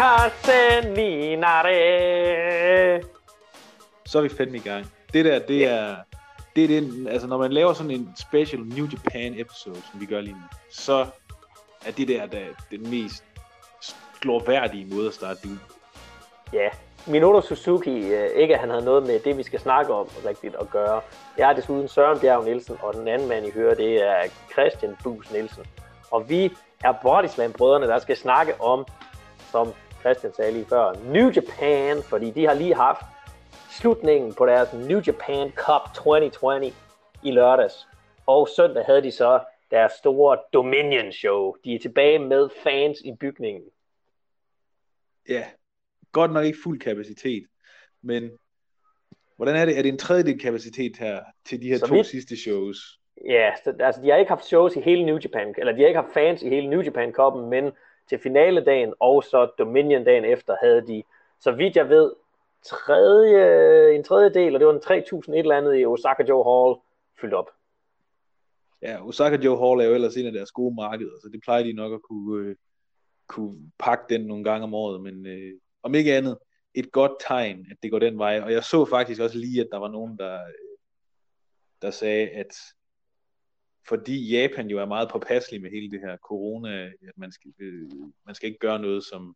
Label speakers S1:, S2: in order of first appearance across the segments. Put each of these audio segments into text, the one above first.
S1: Caseninare.
S2: Så er vi fandme i gang. Det der, det er den, altså når man laver sådan en special New Japan episode, som vi gør lige nu, så er det der den mest glorværdige måde at starte ud.
S1: Ja, Minoru Suzuki, ikke at han havde noget med det, vi skal snakke om rigtigt at gøre. Jeg er desuden Søren Bjerg Nielsen, og den anden mand, I hører, det er Christian Buus Nielsen. Og vi er Bodyslam-brødrene, der skal snakke om, som Christian sagde lige før, New Japan, fordi de har lige haft slutningen på deres New Japan Cup 2020 i lørdags. Og søndag havde de så deres store Dominion Show. De er tilbage med fans i bygningen.
S2: Ja, godt nok ikke fuld kapacitet, men hvordan er det? Er det en tredjedel kapacitet her til de her så sidste shows?
S1: Ja, altså de har ikke haft shows i hele New Japan, eller de har ikke haft fans i hele New Japan Cup'en, men til finaledagen og så Dominion-dagen efter havde de, så vidt jeg ved, en tredjedel, og det var en 3.000 et eller andet i Osaka Joe Hall fyldt op.
S2: Ja, Osaka Joe Hall er jo ellers en af deres gode markeder, så det plejer de nok at kunne pakke den nogle gange om året, men om ikke andet, et godt tegn, at det går den vej. Og jeg så faktisk også lige, at der var nogen, der sagde, at fordi Japan jo er meget påpasselig med hele det her corona, at man skal ikke gøre noget, som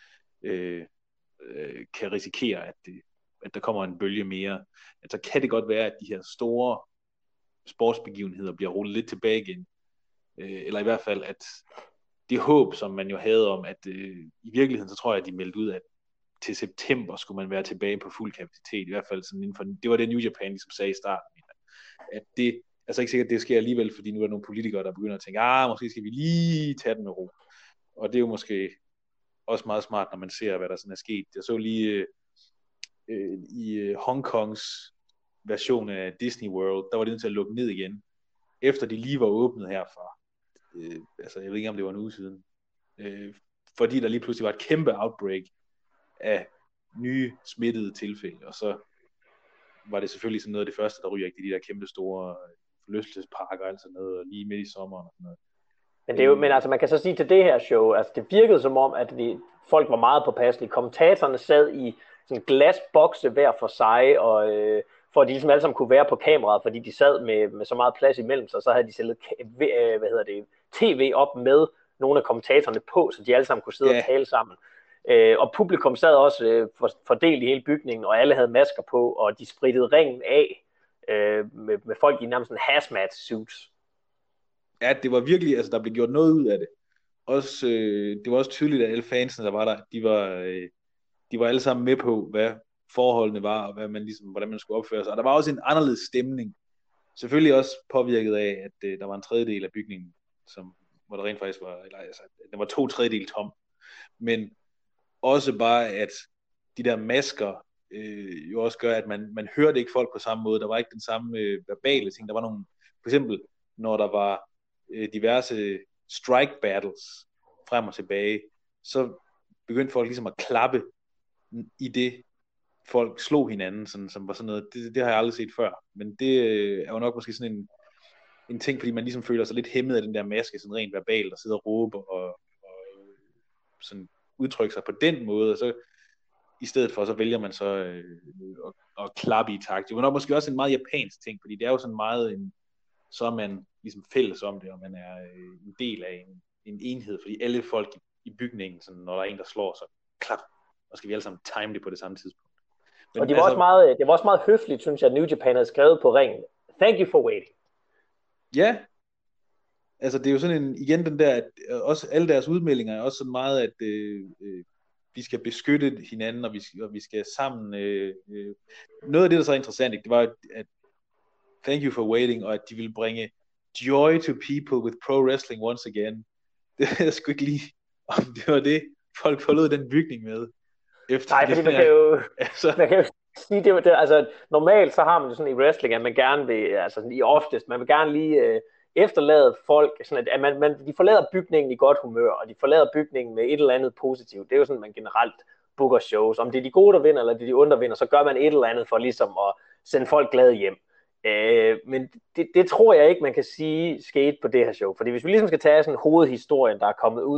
S2: kan risikere, at der kommer en bølge mere. Altså kan det godt være, at de her store sportsbegivenheder bliver rullet lidt tilbage igen. Eller i hvert fald, at det håb, som man jo havde om, at i virkeligheden, så tror jeg, at de meldte ud, at til september skulle man være tilbage på fuld kapacitet. I hvert fald sådan inden for, det var det New Japan, ligesom sagde i starten. At det altså ikke sikkert, at det sker alligevel, fordi nu er der nogle politikere, der begynder at tænke, måske skal vi lige tage den med ro. Og det er jo måske også meget smart, når man ser, hvad der sådan er sket. Jeg så lige i Hongkongs version af Disney World, der var det nødt til at lukke ned igen, efter de lige var åbnet herfra. Altså jeg ved ikke, om det var en uge siden. Fordi der lige pludselig var et kæmpe outbreak af nye smittede tilfælde, og så var det selvfølgelig sådan noget af det første, der ryger ikke de der kæmpe store forlystelsesparker og alt sådan noget, lige midt i sommeren og sådan noget.
S1: Men, det er jo, men altså, man kan så sige til det her show, altså det virkede som om, at folk var meget påpasselige. Kommentatorerne sad i sådan glasbokse hver for sig, og for at de ligesom alle sammen kunne være på kameraet, fordi de sad med så meget plads imellem sig, så havde de stillet tv op med nogle af kommentatorerne på, så de alle sammen kunne sidde og tale sammen. Og publikum sad også fordelt i hele bygningen, og alle havde masker på, og de sprittede ringen af med folk i nærmest en hazmat suits.
S2: Ja, det var virkelig, altså der blev gjort noget ud af det. Også, det var også tydeligt, at alle fansene, der var der, de var alle sammen med på, hvad forholdene var, og hvordan man skulle opføre sig. Og der var også en anderledes stemning. Selvfølgelig også påvirket af, at der var en tredjedel af bygningen, hvor der rent faktisk var, der var 2/3 tom. Men også bare, at de der masker jo også gør, at man hørte ikke folk på samme måde. Der var ikke den samme verbale ting. Der var nogle, for eksempel, når der var diverse strike battles frem og tilbage, så begyndte folk ligesom at klappe i det, folk slog hinanden, sådan, som var sådan noget. Det har jeg aldrig set før. Men det er jo nok måske sådan en ting, fordi man ligesom føler sig lidt hæmmet af den der maske, sådan rent verbalt, og sidder og råber og sådan udtrykke sig på den måde, og så i stedet for, så vælger man så at klappe i takt. Det var nok måske også en meget japansk ting, fordi det er jo sådan meget så er man ligesom fælles om det, og man er en del af en enhed, fordi alle folk i bygningen, sådan, når der er en, der slår, så klap, og skal vi alle sammen time det på det samme tidspunkt. Men
S1: og det var også meget høfligt, synes jeg, at New Japan havde skrevet på ringen. Thank you for waiting.
S2: Ja, altså det er jo sådan igen den der, at også alle deres udmeldinger er også sådan meget, at vi skal beskytte hinanden, og vi skal sammen. Noget af det, der så er interessant, det var, at thank you for waiting, og at de ville bringe joy to people with pro wrestling once again. Det er jeg sgu ikke lige, om det var det, folk forlod den bygning med.
S1: Nej, fordi man kan jo sige, det altså normalt så har man jo sådan i wrestling, at man gerne vil, altså i oftest, man vil gerne lige efterlade folk, sådan at de forlader bygningen i godt humør, og de forlader bygningen med et eller andet positivt. Det er jo sådan, man generelt booker shows. Om det er de gode, der vinder, eller det er de onde, der vinder, så gør man et eller andet for ligesom at sende folk glade hjem. Men det tror jeg ikke, man kan sige skete på det her show. Fordi hvis vi ligesom skal tage sådan hovedhistorien, der er kommet ud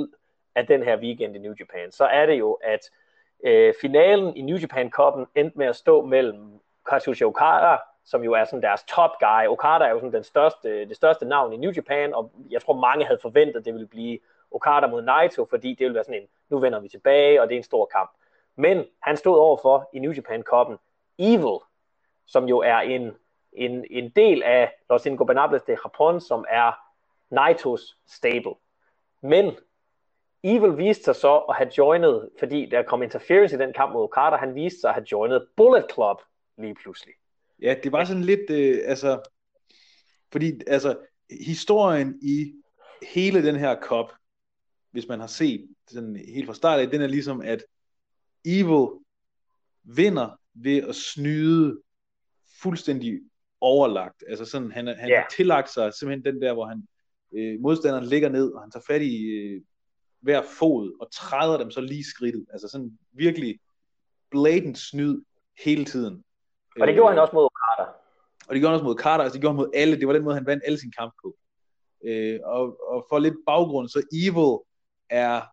S1: af den her weekend i New Japan, så er det jo, at finalen i New Japan Cup'en endte med at stå mellem Kazuchika Okada, som jo er sådan deres top guy. Okada er jo sådan det største navn i New Japan, og jeg tror mange havde forventet, at det ville blive Okada mod Naito, fordi det ville være sådan en, nu vender vi tilbage, og det er en stor kamp. Men han stod overfor i New Japan Cup'en Evil, som jo er en del af Los Ingobernables de Japón, som er Naitos stable. Men Evil viste sig så at have joinet, fordi der kom interference i den kamp mod Okada, han viste sig at have joinet Bullet Club lige pludselig.
S2: Ja, det var sådan lidt, fordi historien i hele den her cup, hvis man har set sådan helt fra start af, den er ligesom, at Evil vinder ved at snyde fuldstændig overlagt. Altså sådan, han har tillagt sig simpelthen den der, hvor han modstanderen ligger ned, og han tager fat i hver fod, og træder dem så lige skridtet. Altså sådan virkelig blatant snyd hele tiden.
S1: Og det gjorde han også mod Okada.
S2: Og det gjorde han også mod Okada, altså det gjorde han mod alle. Det var den måde, han vandt alle sine kampe på. Og for lidt baggrund, så Evil er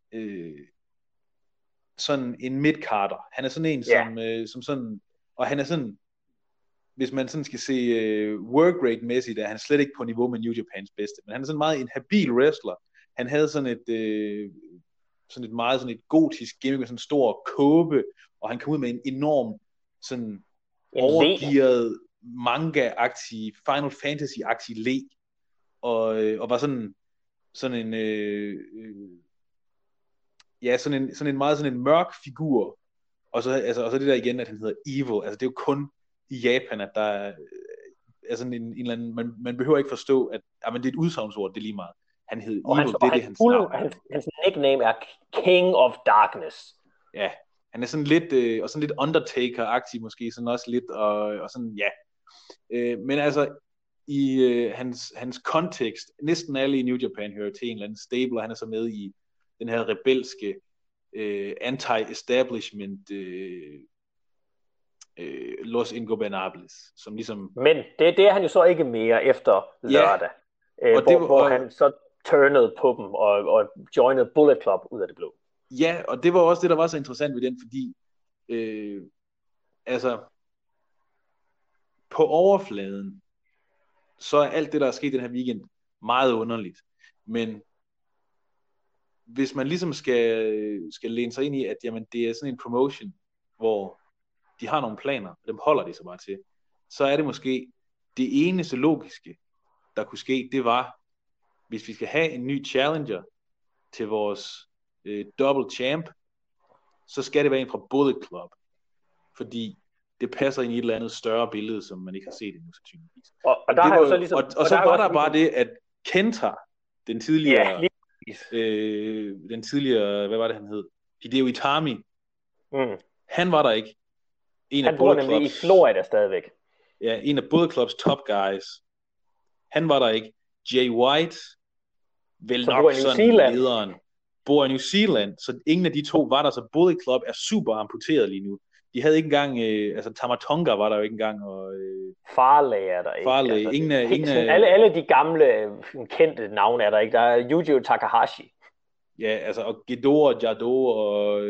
S2: sådan en midcarder. Han er sådan en, som sådan, og han er sådan, hvis man sådan skal se work rate-mæssigt, er han slet ikke på niveau med New Japans bedste, men han er sådan meget en habil wrestler. Han havde sådan et meget sådan et gotisk gimmick med sådan en stor kåbe, og han kom ud med en enorm sådan overgearet manga-agtig, Final Fantasy-agtig le, og var sådan en sådan en meget sådan en mørk figur, og så det der igen, at han hedder Evil. Altså det er jo kun i Japan, at der er sådan en eller anden, man behøver ikke forstå, at men det er et udsagnsord, det er lige meget. Han hed Evil, det er hans navn.
S1: Hans nickname er King of Darkness.
S2: Ja, han er sådan lidt, og sådan lidt Undertaker-agtig måske, sådan også lidt, og sådan, ja. Men altså, i hans kontekst, næsten alle i New Japan hører til en eller anden stable, og han er så med i den her rebelske, anti-establishment, Los Ingobernables, som ligesom...
S1: Men det er han jo så ikke mere efter lørdag, hvor han så turnede på dem og joinede Bullet Club ud af det blå.
S2: Ja, og det var også det, der var så interessant ved den, fordi på overfladen, så er alt det, der er sket den her weekend, meget underligt. Men hvis man ligesom skal læne sig ind i, at jamen, det er sådan en promotion, hvor de har nogle planer, og dem holder de så bare til, så er det måske det eneste logiske, der kunne ske, det var, hvis vi skal have en ny challenger til vores double champ, så skal det være en fra Bullet Club, fordi det passer ind i et eller andet større billede, som man ikke har set endnu sandsynligvis.
S1: Og der har jo så ligesom...
S2: Og så var der bare det, at Kenta, den tidligere, hvad var det, han hed? Hideo Itami. Han var der ikke.
S1: Han bor nemlig i Florida stadigvæk.
S2: Ja, en af Bullet Clubs top guys. Han var der ikke. Jay White, vel så nok sådan lederen, bor i New Zealand, så ingen af de to var der, så Bullet Club er super amputeret lige nu. De havde ikke engang, Tamatonga var der jo ikke engang, og
S1: Farley er der ikke.
S2: Farley,
S1: altså,
S2: ingen af
S1: alle de gamle kendte navne er der ikke. Der er Yujiro Takahashi.
S2: Ja, altså, og Gedo og Jado, og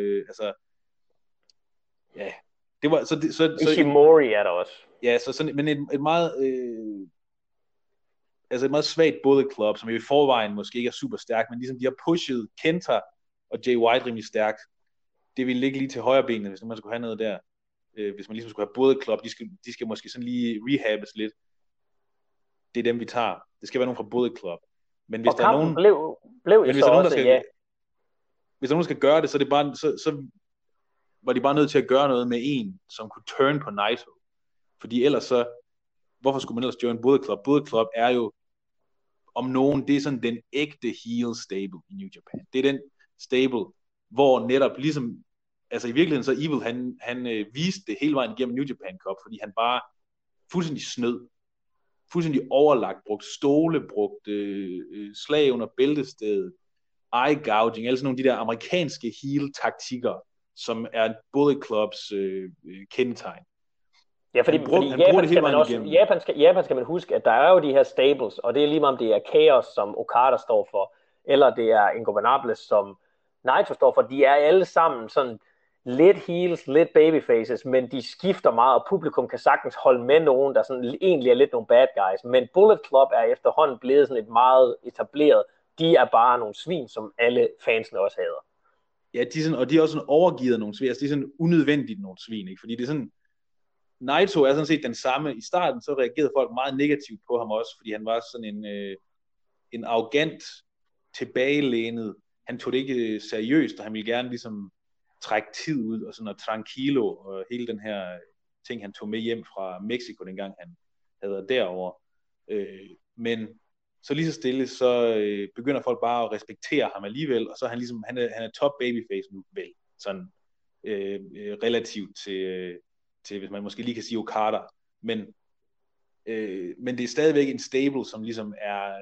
S2: ja, det var så
S1: Ishimori er der også.
S2: Ja, så sådan, men et meget et meget svagt Bullet Club, som i forvejen måske ikke er super stærkt, men ligesom de har pushet Kenta og Jay White rimelig stærkt. Det ville ligge lige til højre benet, hvis man skulle have noget der. Hvis man ligesom skulle have Bullet Club, de skal måske sådan lige rehabes lidt. Det er dem, vi tager. Det skal være nogen fra Bullet Club. Men hvis
S1: og
S2: der er nogen...
S1: blev hvis der også,
S2: hvis der nogen, der skal gøre det, så er det bare... Så var de bare nødt til at gøre noget med en, som kunne turn på Naito. Fordi ellers så... Hvorfor skulle man ellers join Bullet Club? Bullet Club er jo, om nogen, det er sådan den ægte heel stable i New Japan. Det er den stable, hvor netop ligesom, altså i virkeligheden så Evil, han viste det hele vejen igennem New Japan Cup, fordi han bare fuldstændig snød, fuldstændig overlagt, brugt stole, brugt slag under bæltestedet, eye gouging, altså nogle af de der amerikanske heel-taktikker, som er Bullet Clubs kendetegn.
S1: Ja, fordi Japan skal man huske, at der er jo de her stables, og det er lige meget om det er Chaos, som Okada står for, eller det er Ingobernables, som Naito står for. De er alle sammen sådan lidt heels, lidt babyfaces, men de skifter meget, og publikum kan sagtens holde med nogen, der sådan egentlig er lidt nogle bad guys. Men Bullet Club er efterhånden blevet sådan et meget etableret. De er bare nogle svin, som alle fansene også hader.
S2: Ja, og de er også sådan overgivet nogle svin. Altså, de er sådan unødvendigt nogle svin, ikke? Fordi det er sådan, Naito er sådan set den samme. I starten så reagerede folk meget negativt på ham også, fordi han var sådan en arrogant, tilbagelænet. Han tog det ikke seriøst, og han ville gerne ligesom trække tid ud, og sådan og tranquilo, og hele den her ting, han tog med hjem fra Mexico, dengang han havde været derovre. Men så lige så stille, så begynder folk bare at respektere ham alligevel, og så er han ligesom, han er top babyface nu, vel, sådan relativt til, hvis man måske lige kan sige Okada, men det er stadigvæk en stable, som ligesom er,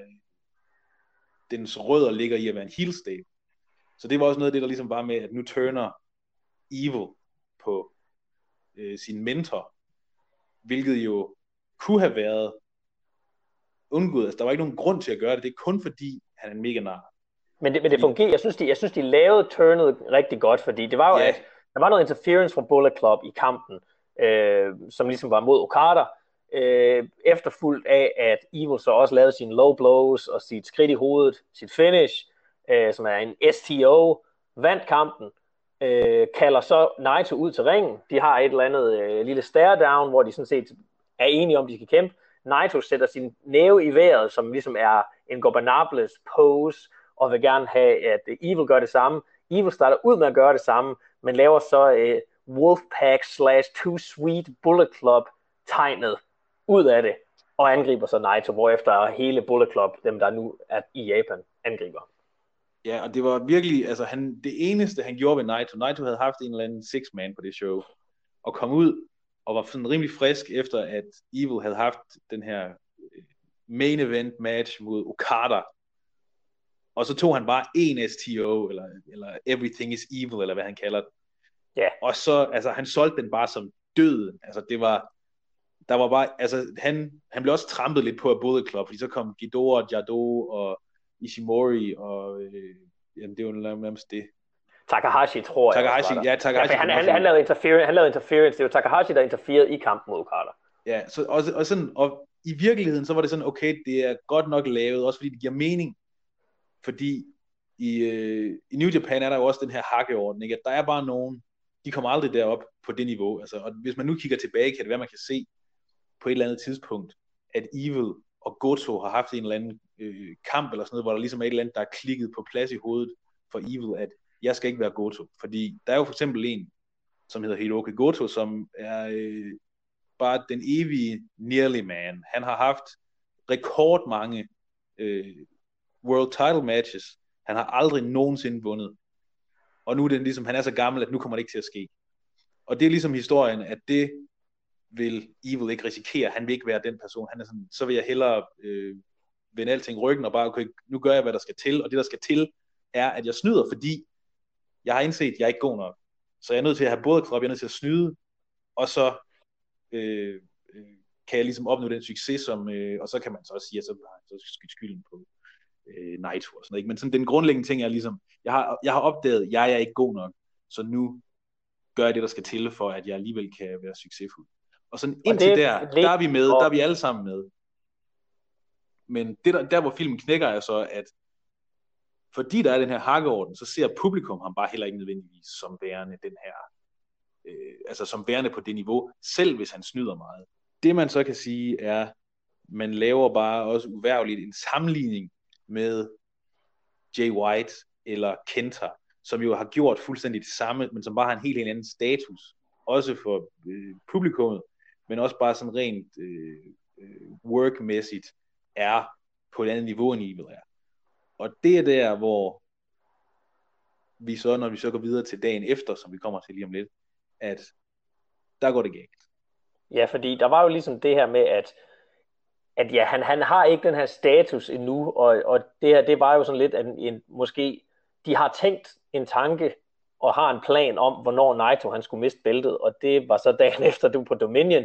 S2: dens rødder ligger i at være en heel stable. Så det var også noget af det, der ligesom var med, at nu turner Evil på sin mentor, hvilket jo kunne have været undgået. Altså, der var ikke nogen grund til at gøre det. Det er kun fordi, han er en mega nar.
S1: Men det fungerer. Jeg synes, de lavede turnet rigtig godt, fordi det var jo, at der var noget interference fra Bullet Club i kampen, som ligesom var mod Okada, efterfulgt af, at Evil så også lavede sine low blows og sit skridt i hovedet, sit finish, som er en STO, vandt kampen, kalder så Naito ud til ringen. De har et eller andet lille stare down, hvor de sådan set er enige om, de skal kæmpe. Naito sætter sin næve i vejret, som ligesom er en Gobernables pose, og vil gerne have, at Evil gør det samme. Evil starter ud med at gøre det samme, men laver så Wolfpack / Too Sweet Bullet Club tegnet ud af det, og angriber så Naito, hvorefter hele Bullet Club, dem der nu er i Japan, angriber.
S2: Ja, og det var virkelig, altså det eneste han gjorde ved Naito havde haft en eller anden six-man på det show, og kom ud og var sådan rimelig frisk efter, at Evil havde haft den her main event match mod Okada, og så tog han bare en STO, eller Everything is Evil, eller hvad han kalder det.
S1: Yeah.
S2: Og så, altså han solgte den bare som døden, altså det var, der var bare, altså han blev også trampet lidt på af Bullet Club, fordi så kom Ghidorah, Jado og Ishimori, og jamen det var nærmest det.
S1: Takahashi, tror jeg.
S2: Ja, Takahashi.
S1: Ja, han lavede interference. Det var Takahashi, der interferede i kampen mod Okada.
S2: Ja, så, og i virkeligheden, så var det sådan, okay, det er godt nok lavet, også fordi det giver mening. Fordi i New Japan er der jo også den her hakkeorden, ikke? At der er bare nogen, de kommer aldrig derop på det niveau. Altså, og hvis man nu kigger tilbage, kan det være, man kan se på et eller andet tidspunkt, at Evil og Goto har haft en eller anden kamp eller sådan noget, hvor der ligesom er et eller andet, der er klikket på plads i hovedet for Evil, at jeg skal ikke være Goto. Fordi der er jo for eksempel en, som hedder Hiroki Goto, som er bare den evige nearly man. Han har haft rekordmange world title matches. Han har aldrig nogensinde vundet. Og nu er det ligesom, han er så gammel, at nu kommer det ikke til at ske. Og det er ligesom historien, at det vil Evil ikke risikere. Han vil ikke være den person. Han er sådan, så vil jeg hellere vende alting ryggen og bare, okay, nu gør jeg, hvad der skal til. Og det, der skal til, er, at jeg snyder, fordi jeg har indset, at jeg er ikke god nok. Så jeg er nødt til at have både krop, jeg er nødt til at snyde, og så kan jeg ligesom opnå den succes, som, og så kan man så også sige, at så skidt skylden på Naito og sådan noget. Ikke? Men sådan, den grundlæggende ting er ligesom, jeg har opdaget, at jeg er ikke god nok, så nu gør jeg det, der skal til, for at jeg alligevel kan være succesfuld. Og sådan indtil og der er vi med, der er vi alle sammen med. Men det der hvor filmen knækker, er så, at fordi der er den her hakkeorden, så ser publikum ham bare heller ikke nødvendigvis som værende den her, altså som værende på det niveau, selv hvis han snyder meget. Det man så kan sige er, man laver bare også uværligt en sammenligning med Jay White eller Kenta, som jo har gjort fuldstændig det samme, men som bare har en helt anden status, også for publikummet, men også bare sådan rent workmæssigt er på et andet niveau, end Evil er. Og det er der, hvor vi så, når vi så går videre til dagen efter, som vi kommer til lige om lidt, at der går det galt.
S1: Ja, fordi der var jo ligesom det her med, at ja, han har ikke den her status endnu, og det her, det var jo sådan lidt, at måske de har tænkt en tanke, og har en plan om, hvornår Naito han skulle miste bæltet, og det var så dagen efter, du på Dominion,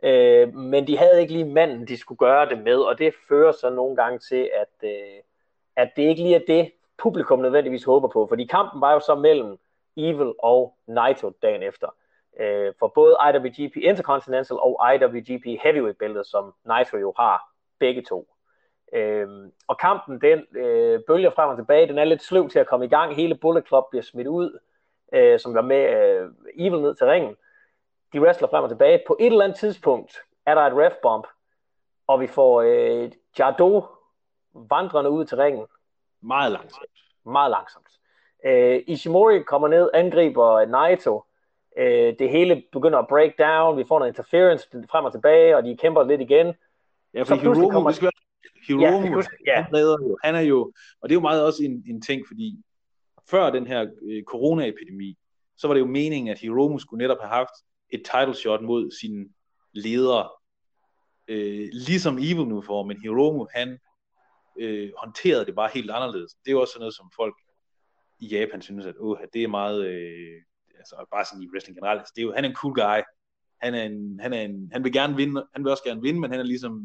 S1: men de havde ikke lige manden, de skulle gøre det med, og det fører så nogle gange til, at det ikke lige er det, publikum nødvendigvis håber på. Fordi kampen var jo så mellem Evil og Naito dagen efter. For både IWGP Intercontinental og IWGP Heavyweight-bæltet, som Naito jo har begge to. Og kampen, den bølger frem og tilbage. Den er lidt sløv til at komme i gang. Hele Bullet Club bliver smidt ud, som var med Evil ned til ringen. De wrestler frem og tilbage. På et eller andet tidspunkt er der et ref bump, og vi får Jado vandrende ud til ringen.
S2: Meget langsomt.
S1: Meget langsomt. Ishimori kommer ned, angriber Naito. Det hele begynder at break down. Vi får noget interference frem og tilbage, og de kæmper lidt igen.
S2: Ja, for Hiromu, han redder jo. Han er jo, og det er jo meget også en ting, fordi før den her coronaepidemi, så var det jo meningen, at Hiromu skulle netop have haft et title shot mod sine ledere, ligesom Evil nu får, men Hiromu, han håndterede det bare helt anderledes. Det er jo også sådan noget, som folk i Japan synes, at det er meget, altså bare sådan i wrestling generelt, altså, det er jo, han er en cool guy, han vil gerne vinde, han vil også gerne vinde, men han er ligesom,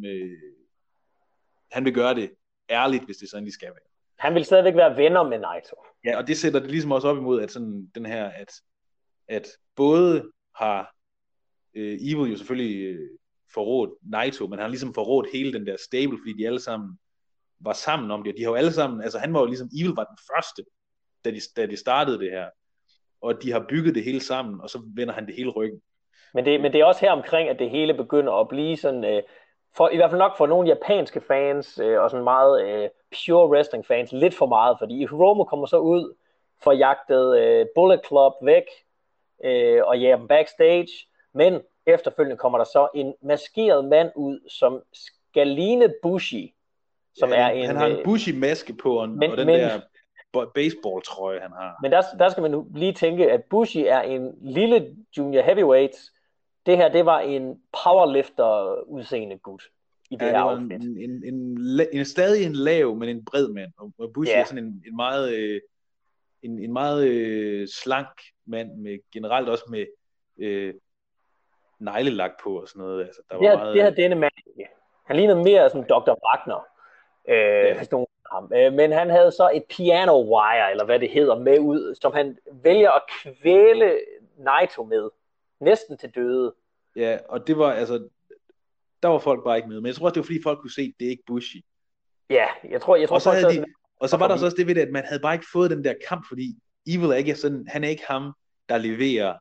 S2: han vil gøre det ærligt, hvis det er sådan, de skal være.
S1: Han vil stadigvæk være venner med Naito.
S2: Ja, og det sætter det ligesom også op imod, at sådan den her, at både har Evil jo selvfølgelig forrådt Naito, men han har ligesom forrådt hele den der stable, fordi de alle sammen var sammen om det. De har jo alle sammen, altså han var jo ligesom, Evil var den første, da de startede det her. Og de har bygget det hele sammen, og så vender han det hele ryggen.
S1: Men det er også her omkring, at det hele begynder at blive sådan, for, i hvert fald nok for nogle japanske fans, og sådan meget pure wrestling fans, lidt for meget, fordi Hiromu kommer så ud for jagtet Bullet Club væk, og jager dem backstage, men efterfølgende kommer der så en maskeret mand ud, som skal ligne Bushi, som er en...
S2: Han har en Bushi-maske på, og den der baseball-trøje, han har.
S1: Men der skal man nu lige tænke, at Bushi er en lille junior heavyweight. Det her, det var en powerlifter-udseende gut i det her
S2: outfit. Stadig en lav, men en bred mand. Og Bushi er sådan en meget, en meget slank mand, med generelt også med neglelak på og sådan noget. Altså, der var meget...
S1: Det havde denne mand. Han lignede mere som Dr. Wagner. Hvis nogen ham. Men han havde så et piano wire, eller hvad det hedder, med ud, som han vælger at kvæle Naito med. Næsten til døde.
S2: Ja, og det var altså, der var folk bare ikke med. Men jeg tror også, det var fordi folk kunne se, at det er ikke Bushi.
S1: Ja, jeg tror
S2: og så var der så også det ved det, at man havde bare ikke fået den der kamp, fordi Evil er ikke sådan, han er ikke ham, der leverer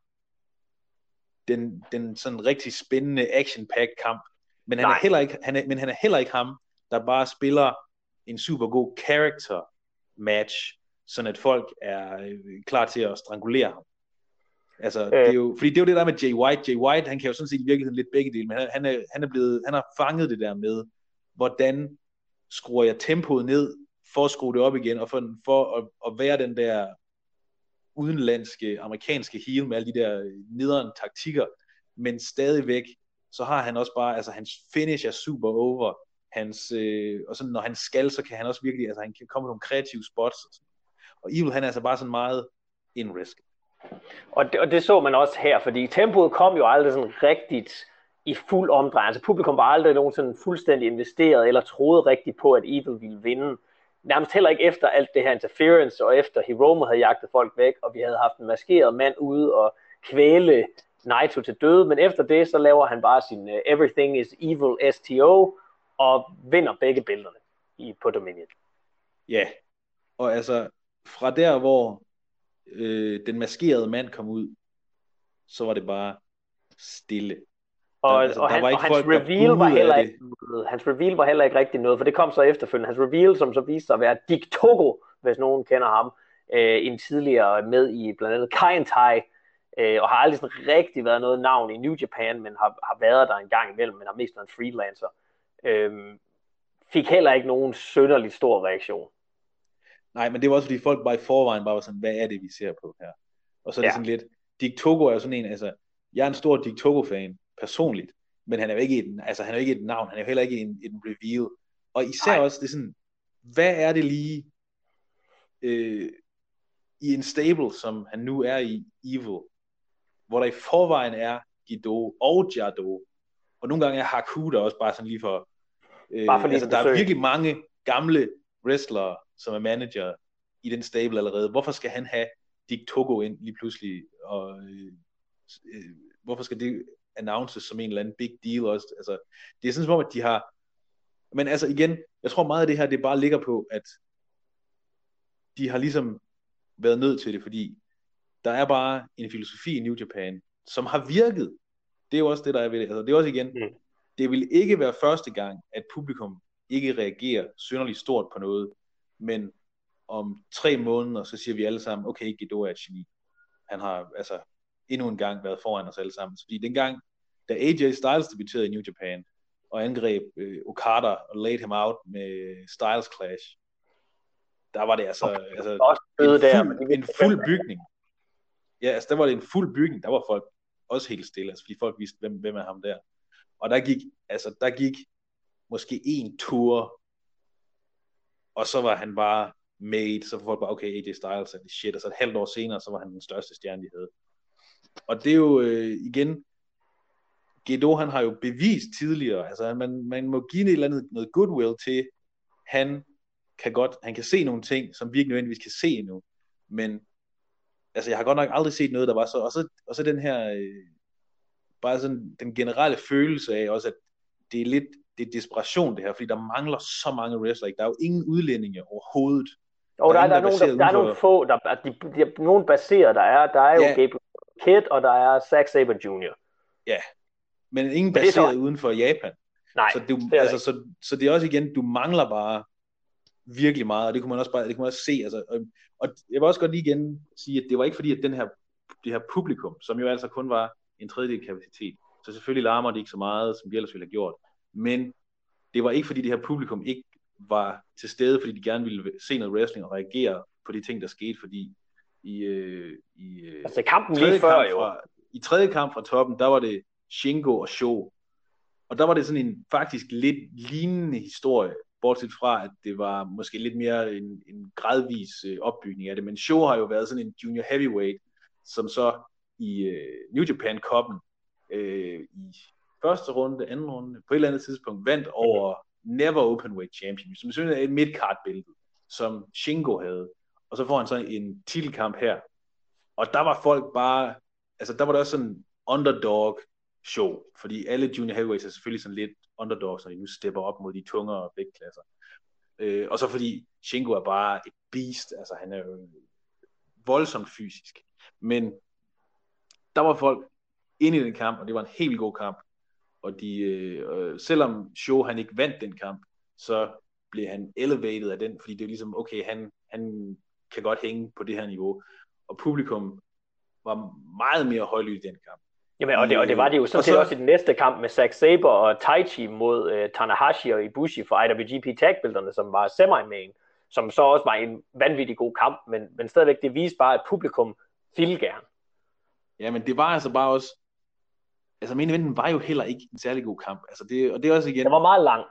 S2: den sådan rigtig spændende action-packed kamp. Men han er heller ikke ham, der bare spiller en super god character match, sådan at folk er klar til at strangulere ham. Altså, det er jo, fordi det er jo det der med Jay White. Jay White, han kan jo sådan set i virkeligheden lidt begge dele, men han har fanget det der med, hvordan skruer jeg tempoet ned, for at skrue det op igen, og for at være den der udenlandske, amerikanske heel med alle de der nederen taktikker, men stadigvæk, så har han også bare, altså hans finish er super over, og sådan, når han skal, så kan han også virkelig, altså han kan komme med nogle kreative spots, og Evil, han er altså bare sådan meget in risk.
S1: Og det så man også her, fordi tempoet kom jo aldrig sådan rigtigt i fuld omdrejning. Altså publikum var aldrig nogensinde fuldstændig investeret, eller troede rigtigt på, at Evil ville vinde. Nærmest heller ikke efter alt det her interference, og efter Hiromu havde jagtet folk væk, og vi havde haft en maskeret mand ude og kvæle Naito til døde, men efter det, så laver han bare sin Everything is Evil STO, og vinder begge bælterne på Dominion.
S2: Ja, og altså fra der, hvor den maskerede mand kom ud, så var det bare stille.
S1: Hans reveal var heller ikke rigtig noget, for det kom så efterfølgende. Hans reveal, som så viste sig at være Dick Togo, hvis nogen kender ham, en tidligere med i blandt andet Kaientai, og har aldrig sådan rigtig været noget navn i New Japan, men har været der en gang imellem, men har mest været en freelancer. Fik heller ikke nogen synderligt stor reaktion.
S2: Nej, men det var også fordi folk bare i forvejen bare var sådan, hvad er det vi ser på her? Og så er det sådan lidt, Dick Togo er jo sådan en, altså, jeg er en stor Dick Togo-fan, personligt, men han er jo ikke et navn, han er jo heller ikke en reveal. Og især også, det er sådan, hvad er det lige i en stable, som han nu er i, Evil, hvor der i forvejen er Gido og Jado, og nogle gange er Haku der også bare sådan lige for, altså der er virkelig mange gamle wrestlere, som er manager i den stable allerede. Hvorfor skal han have Dick Togo ind lige pludselig, og hvorfor skal det announces som en eller anden big deal også? Altså, det er sådan som om, at de har, men altså igen, jeg tror meget af det her, det bare ligger på, at de har ligesom været nødt til det, fordi der er bare en filosofi i New Japan, som har virket. Det er jo også det, der er ved det. Altså, det er også igen, det vil ikke være første gang, at publikum ikke reagerer synderligt stort på noget, men om 3 måneder, så siger vi alle sammen, okay, Gedo er et geni. Han har altså endnu en gang været foran os alle sammen. Fordi dengang, da AJ Styles debuterede i New Japan, og angreb Okada og laid him out med Styles Clash, der var det altså en fuld bygning. Ja, altså der var det en fuld bygning, der var folk også helt stille, altså fordi folk vidste, hvem er ham der. Og der gik måske 1 tur, og så var han bare made, så var folk bare, okay, AJ Styles er det shit, og så et halvt år senere, så var han den største stjerne, de havde. Og det er jo igen, Gedo, han har jo bevist tidligere, altså man må give et eller andet noget goodwill til, han kan se nogle ting, som vi ikke nødvendigvis kan se endnu, men altså jeg har godt nok aldrig set noget, der var så, og så den her, bare sådan den generelle følelse af også, at det er desperation det her, fordi der mangler så mange wrestlere, der er jo ingen udlændinge overhovedet.
S1: Og der er nogle få, der er nogle baseret, der er jo Gabriel Kidd, og der er Zack Sabre Jr.
S2: Ja, men ingen baseret uden for Japan.
S1: Nej,
S2: så det er også igen, du mangler bare virkelig meget, og det kunne man også se, altså, og jeg vil også godt lige igen sige, at det var ikke fordi, at det her publikum, som jo altså kun var en tredjedel kapacitet, så selvfølgelig larmer det ikke så meget, som de ellers ville have gjort, men det var ikke fordi, det her publikum ikke var til stede, fordi de gerne ville se noget wrestling og reagere på de ting, der skete, fordi
S1: altså kampen lige før jo.
S2: I tredje kamp fra toppen, der var det Shingo og Sho, og der var det sådan en faktisk lidt lignende historie, bortset fra, at det var måske lidt mere en gradvis opbygning af det, men Sho har jo været sådan en junior heavyweight, som så i New Japan Cup'en i første runde, anden runde, på et eller andet tidspunkt vandt over Never Openweight Champion, som synes er et midcard-bælte, som Shingo havde, og så får han så en titelkamp her, og der var folk bare, altså der var der også sådan underdog show, fordi alle junior heavyweights er selvfølgelig sådan lidt underdogs, når de nu stepper op mod de tungere vægtklasser. Og så fordi Shingo er bare et beast, altså han er jo voldsomt fysisk. Men der var folk inde i den kamp, og det var en helt god kamp. Og selvom Sho han ikke vandt den kamp, så blev han elevated af den, fordi det er ligesom, okay, han kan godt hænge på det her niveau. Og publikum var meget mere højlydt i den kamp.
S1: Jamen, og det var det jo sådan set også i den næste kamp med Zack Sabre og Taichi mod Tanahashi og Ibushi for IWGP Tag-bælterne, som var semi-main, som så også var en vanvittig god kamp, men stadigvæk det viste bare, at publikum ville gerne.
S2: Ja, men det var altså bare også, altså main eventen var jo heller ikke en særlig god kamp, altså det er også igen.
S1: Den var meget lang.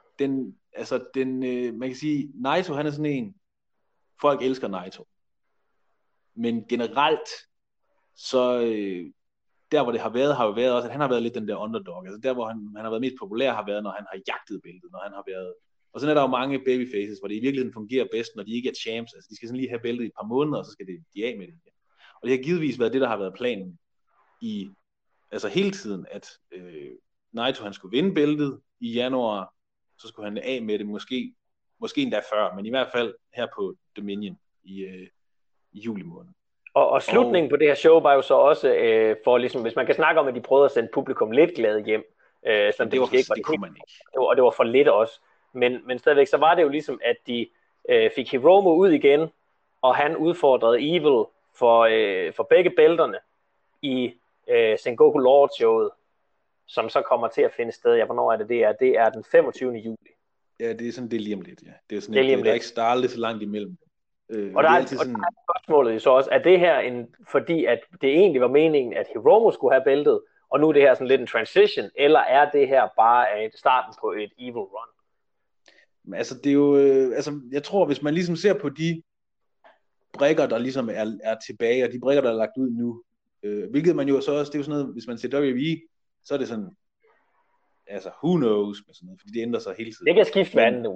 S2: Man kan sige, Naito han er sådan en, folk elsker Naito, men generelt, så der hvor det har jo været også, at han har været lidt den der underdog, altså der hvor han har været mest populær, har været, når han har jagtet bæltet, når han har været, og sådan er der jo mange babyfaces, hvor det i virkeligheden fungerer bedst, når de ikke er champs, altså de skal sådan lige have bæltet i et par måneder, og så skal de af med det igen. Og det har givetvis været det, der har været planen altså hele tiden, at Naito han skulle vinde bæltet i januar, så skulle han af med det, måske endda før, men i hvert fald her på Dominion i juli måned.
S1: Og slutningen på det her show var jo så også, for ligesom, hvis man kan snakke om, at de prøvede at sende publikum lidt glade hjem.
S2: Det kunne man ikke.
S1: Og det var for lidt også. Men stadigvæk, så var det jo ligesom, at de fik Hiromu ud igen, og han udfordrede Evil for begge bælterne i Sengoku Lord showet, som så kommer til at finde sted. Ja, hvornår er det? Det er den 25. juli.
S2: Ja, det er sådan, det er lige om lidt, ja. Det er sådan, der er ikke startet så langt imellem.
S1: Og der er spørgsmålet så også, er det her fordi at det egentlig var meningen, at Hiromu skulle have bæltet, og nu er det her sådan lidt en transition, eller er det her bare starten på et evil run?
S2: Altså det er jo, jeg tror, hvis man ligesom ser på de brikker, der ligesom er tilbage, og de brikker, der er lagt ud nu, hvilket man jo så også, det er jo sådan noget, hvis man ser WWE, så er det sådan, altså who knows, med sådan noget, fordi det ændrer sig hele tiden.
S1: Det kan skifte hver anden uge.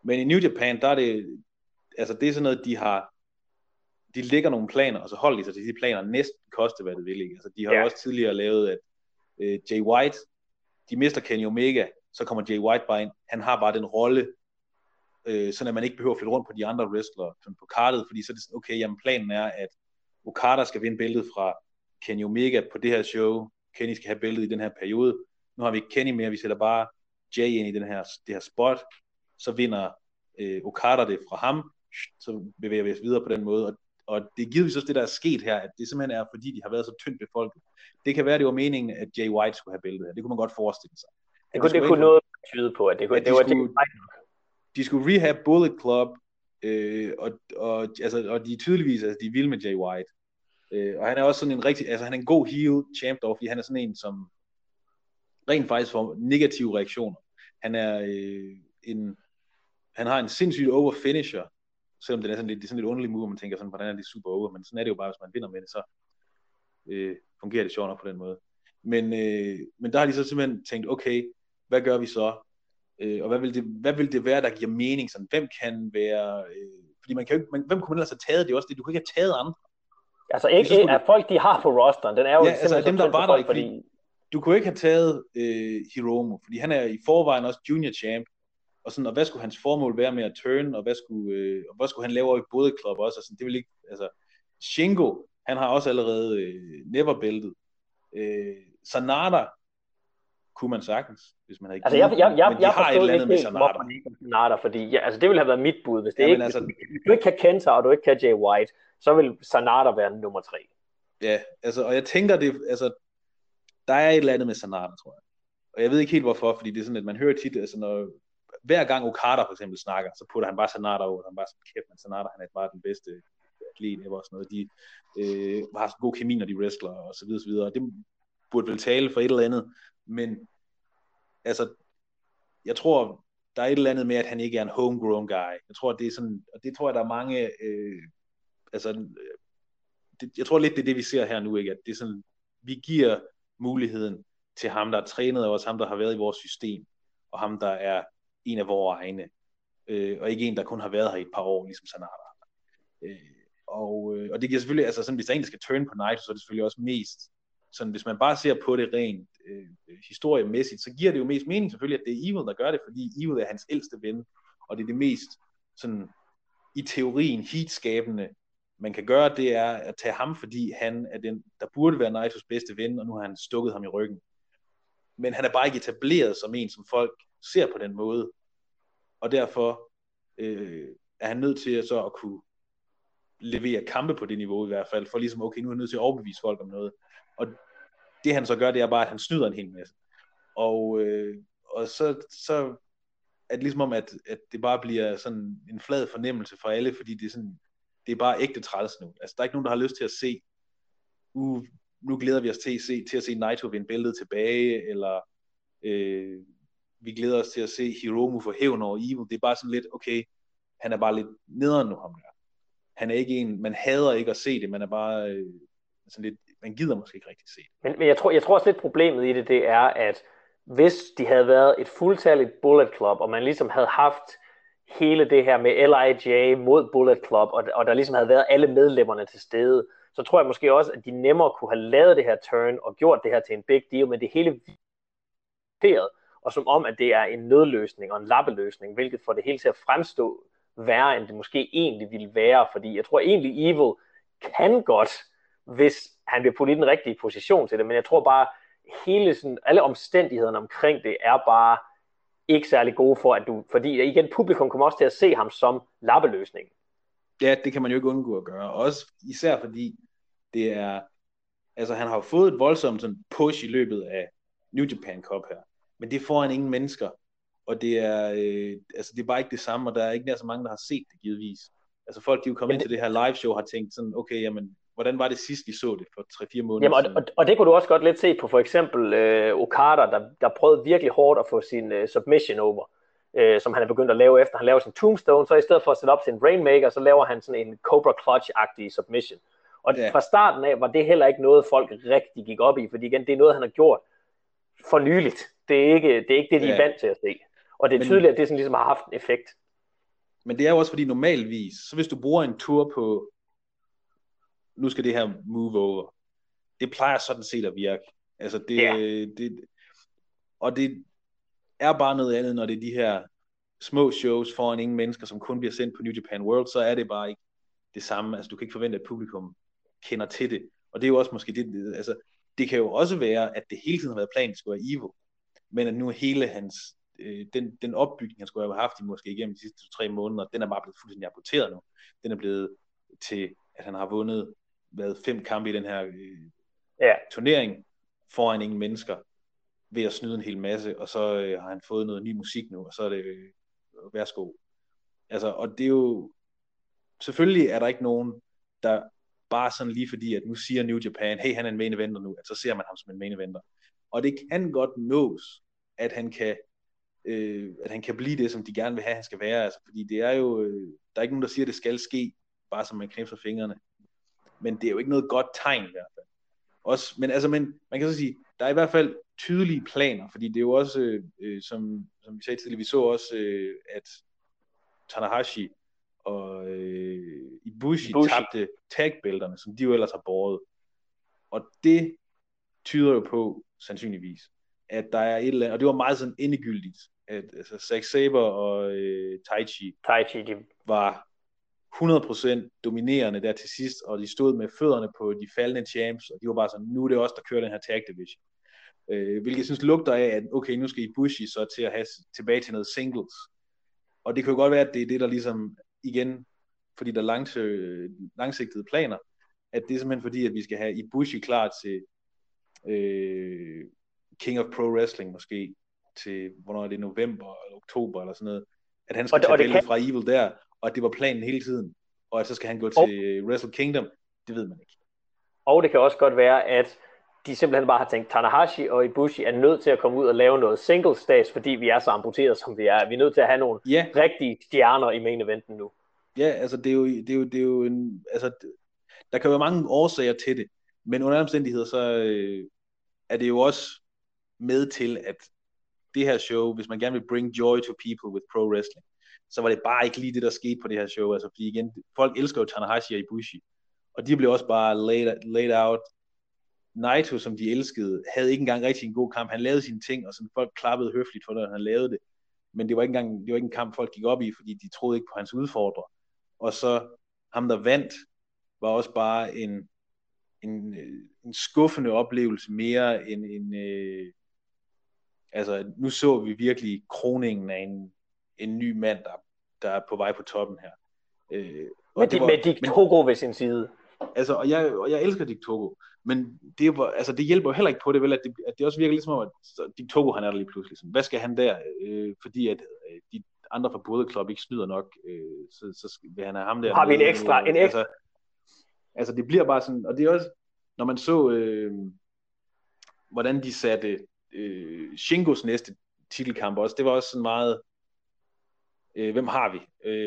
S2: Men i New Japan, der er det, altså det er sådan noget, de lægger nogle planer, og så holder de sig til de planer næsten koste, hvad det vil. Ikke? Altså de har jo også tidligere lavet, at Jay White, de mister Kenny Omega, så kommer Jay White bare ind. Han har bare den rolle, sådan at man ikke behøver at flytte rundt på de andre wrestlere på kartet, fordi så er det sådan, okay, jamen planen er, at Okada skal vinde bæltet fra Kenny Omega på det her show. Kenny skal have bæltet i den her periode. Nu har vi ikke Kenny mere, vi sætter bare Jay ind i det her spot. Så vinder Okada det fra ham, så bevæger vi os videre på den måde. Og det er givetvis også det, der er sket her, at det simpelthen er, fordi de har været så tyndt befolket. Det kan være, det var meningen, at Jay White skulle have bæltet her. Det kunne man godt forestille sig.
S1: Det kunne noget tyde på, at det var Jay White.
S2: De skulle rehab Bullet Club, og de er tydeligvis, altså de er vilde med Jay White. Og han er også sådan en rigtig, altså han er en god heel champ dog, fordi han er sådan en, som rent faktisk får negative reaktioner. Han er han har en sindssygt over finisher, selvom det er sådan lidt underlig move, man tænker sådan, hvordan er det super over, men sådan er det jo bare, hvis man vinder med det, så fungerer det sjovt nok på den måde. Men der har de så simpelthen tænkt, okay, hvad gør vi så? Og hvad vil det være, der giver mening? Sådan, hvem kan være... fordi man kan jo ikke... hvem kunne man ellers have taget? Det er også det, du kan ikke have taget andre.
S1: Altså ikke at folk, de har på rosteren, den er jo
S2: altså dem, der var der ikke, fordi du kunne ikke have taget Hiromu, fordi han er i forvejen også junior champ, og hvad skulle hans formål være med at turn, og hvad skulle han lave over i Bullet Club også, og sådan, det vil ikke... Altså, Shingo, han har også allerede never-bæltet. Sanada kunne man sagtens, hvis man havde ikke...
S1: Altså, jeg forstod ikke helt, hvorfor det ikke er Sanada, fordi altså, det ville have været mit bud. Hvis det ikke, hvis du ikke kan Kenta, og du ikke kan Jay White, så vil Sanada være nummer 3.
S2: Ja, altså, og jeg tænker, der er et eller andet med Sanada, tror jeg. Og jeg ved ikke helt hvorfor, fordi det er sådan, at man hører tit, altså når hver gang Okada for eksempel snakker, så putter han bare Sanada over, han bare sådan, kæft, men Sanada, han er bare den bedste atlet ever, og sådan noget. De har så god kemi, når de wrestler, og så videre, så videre. Og det burde vel tale for et eller andet, men altså, jeg tror, der er et eller andet med, at han ikke er en homegrown guy. Jeg tror, det er sådan, og det tror jeg, der er mange, jeg tror lidt, det er det, vi ser her nu, ikke? At det er sådan, vi giver muligheden til ham, der er trænet af os, ham, der har været i vores system, og ham, der er en af vores egne, og ikke en, der kun har været her i et par år, ligesom Sanada. Og det giver selvfølgelig, altså sådan, hvis der er en, der skal turn på Naito, så er det selvfølgelig også mest, sådan, hvis man bare ser på det rent historiemæssigt, så giver det jo mest mening selvfølgelig, at det er Evil, der gør det, fordi Evil er hans ældste ven, og det er det mest sådan, i teorien heatskabende, man kan gøre, det er at tage ham, fordi han er den, der burde være Naitos bedste ven, og nu har han stukket ham i ryggen. Men han er bare ikke etableret som en, som folk ser på den måde, og derfor er han nødt til så at kunne levere kampe på det niveau i hvert fald, for ligesom, okay, nu er han nødt til at overbevise folk om noget. Og det han så gør, det er bare, at han snyder en hel masse. Og så er det ligesom om, at det bare bliver sådan en flad fornemmelse for alle, fordi det er bare ægte træls nu. Altså, der er ikke nogen, der har lyst til at se, nu glæder vi os til at se Naito vinde bæltet tilbage, eller vi glæder os til at se Hiromu få hævn over Evil. Det er bare sådan lidt, okay, han er bare lidt nederen nu, ham der. Han er ikke en, man hader ikke at se det, man er bare sådan lidt, man gider måske ikke rigtig se det.
S1: Men jeg tror også lidt problemet i det er, at hvis de havde været et fuldtalligt Bullet Club, og man ligesom havde haft hele det her med LIJ mod Bullet Club, og der ligesom havde været alle medlemmerne til stede, så tror jeg måske også, at de nemmere kunne have lavet det her turn, og gjort det her til en big deal, men det hele og som om, at det er en nødløsning og en lappeløsning, hvilket får det hele til at fremstå værre, end det måske egentlig ville være, fordi jeg tror egentlig Evil kan godt, hvis han bliver puttet i den rigtige position til det, men jeg tror bare, alle omstændighederne omkring det er bare ikke særlig gode fordi igen, publikum kommer også til at se ham som lappeløsning.
S2: Ja, det kan man jo ikke undgå at gøre, også især fordi det er, altså han har jo fået et voldsomt sådan push i løbet af New Japan Cup her, men det får han ingen mennesker, og det er, det er bare ikke det samme, og der er ikke nær så mange, der har set det givetvis. Altså folk, de er jo kommet ind til det her live show, har tænkt sådan, okay, jamen, hvordan var det sidst, vi så det for 3-4 måneder
S1: siden? Og det kunne du også godt lidt se på for eksempel Okada, der prøvede virkelig hårdt at få sin submission over, som han er begyndt at lave efter. Han laver sin tombstone, så i stedet for at sætte op til en Rainmaker, så laver han sådan en Cobra Clutch-agtig submission. Og fra starten af var det heller ikke noget, folk rigtig gik op i, fordi igen, det er noget, han har gjort for nyligt. Det er ikke det, de er vant til at se. Og det er tydeligt, at det sådan ligesom har haft en effekt.
S2: Men det er jo også fordi normalvis, så hvis du bruger en tur på, nu skal det her move over, det plejer sådan set at virke. Altså
S1: Ja.
S2: og det er bare noget andet, når det er de her små shows foran ingen mennesker, som kun bliver sendt på New Japan World, så er det bare ikke det samme. Altså du kan ikke forvente, at publikum kender til det. Og det er jo også måske det, altså det kan jo også være, at det hele tiden har været planen, at det skulle være Evo, men at nu hele hans, den opbygning, han skulle have haft i måske igennem de sidste 3 måneder, den er bare blevet fuldstændig amputeret nu. Den er blevet til, at han har vundet 5 kampe i den her turnering foran ingen mennesker, ved at snyde en hel masse, og så har han fået noget ny musik nu, og så er det værsgo. Altså, og det er jo, selvfølgelig er der ikke nogen, der bare sådan lige fordi, at nu siger New Japan, hey, han er en main eventer nu, at så ser man ham som en main eventer. Og det kan godt nås, at han kan blive det, som de gerne vil have, han skal være. Altså, fordi det er jo, der er ikke nogen, der siger, at det skal ske, bare som man knipser fingrene. Men det er jo ikke noget godt tegn i hvert fald. Også, men man kan så sige, der er i hvert fald tydelige planer, fordi det er jo også, som vi sagde tidligere, vi så også, at Tanahashi og Ibushi tabte tagbælterne, som de jo ellers har båret. Og det tyder jo på, sandsynligvis, at der er et eller andet, og det var meget sådan endegyldigt, at altså, Zack Sabre og Taichi var 100% dominerende der til sidst, og de stod med fødderne på de faldende champs, og de var bare sådan, nu er det også der kører den her tag division. Hvilket jeg synes lugter af, at okay, nu skal Ibushi så til at have tilbage til noget singles. Og det kan jo godt være, at det er det, der ligesom, igen, fordi der er langsigtede planer, at det er simpelthen fordi, at vi skal have Ibushi klar til King of Pro Wrestling måske, til, hvornår er det, november eller oktober eller sådan noget, at han skal tage bæltet fra Evil der, og at det var planen hele tiden, og at så skal han gå til Wrestle Kingdom, det ved man ikke.
S1: Og det kan også godt være, at de simpelthen bare har tænkt, Tanahashi og Ibushi er nødt til at komme ud og lave noget single stage, fordi vi er så amputeret, som vi er. Vi er nødt til at have nogle rigtige stjerner i main eventen nu.
S2: Ja, altså det er jo en, altså der kan være mange årsager til det, men under omstændigheder så er det jo også med til, at det her show, hvis man gerne vil bring joy to people with pro wrestling, så var det bare ikke lige det, der skete på det her show. Altså, fordi igen, folk elsker jo Tanahashi og Ibushi, og de blev også bare laid out. Naito, som de elskede, havde ikke engang rigtig en god kamp. Han lavede sine ting, og sådan folk klappede høfligt for det, han lavede det. Men det var ikke en kamp, folk gik op i, fordi de troede ikke på hans udfordrer. Og så ham, der vandt, var også bare en skuffende oplevelse mere end altså, nu så vi virkelig kroningen af en ny mand, der er på vej på toppen her.
S1: Med Dick Togo ved sin side.
S2: Altså, og jeg elsker Dick Togo, men det hjælper jo heller ikke på det, vel, at det også virker ligesom om, at Dick Togo, han er der lige pludselig. Sådan, hvad skal han der? Fordi at de andre fra Bullet Club ikke snyder nok, så vil han have ham der.
S1: Har vi en ekstra?
S2: Altså, det bliver bare sådan, og det er også, når man så, hvordan de satte Shingos næste titelkamp også, det var også sådan meget, hvem har vi?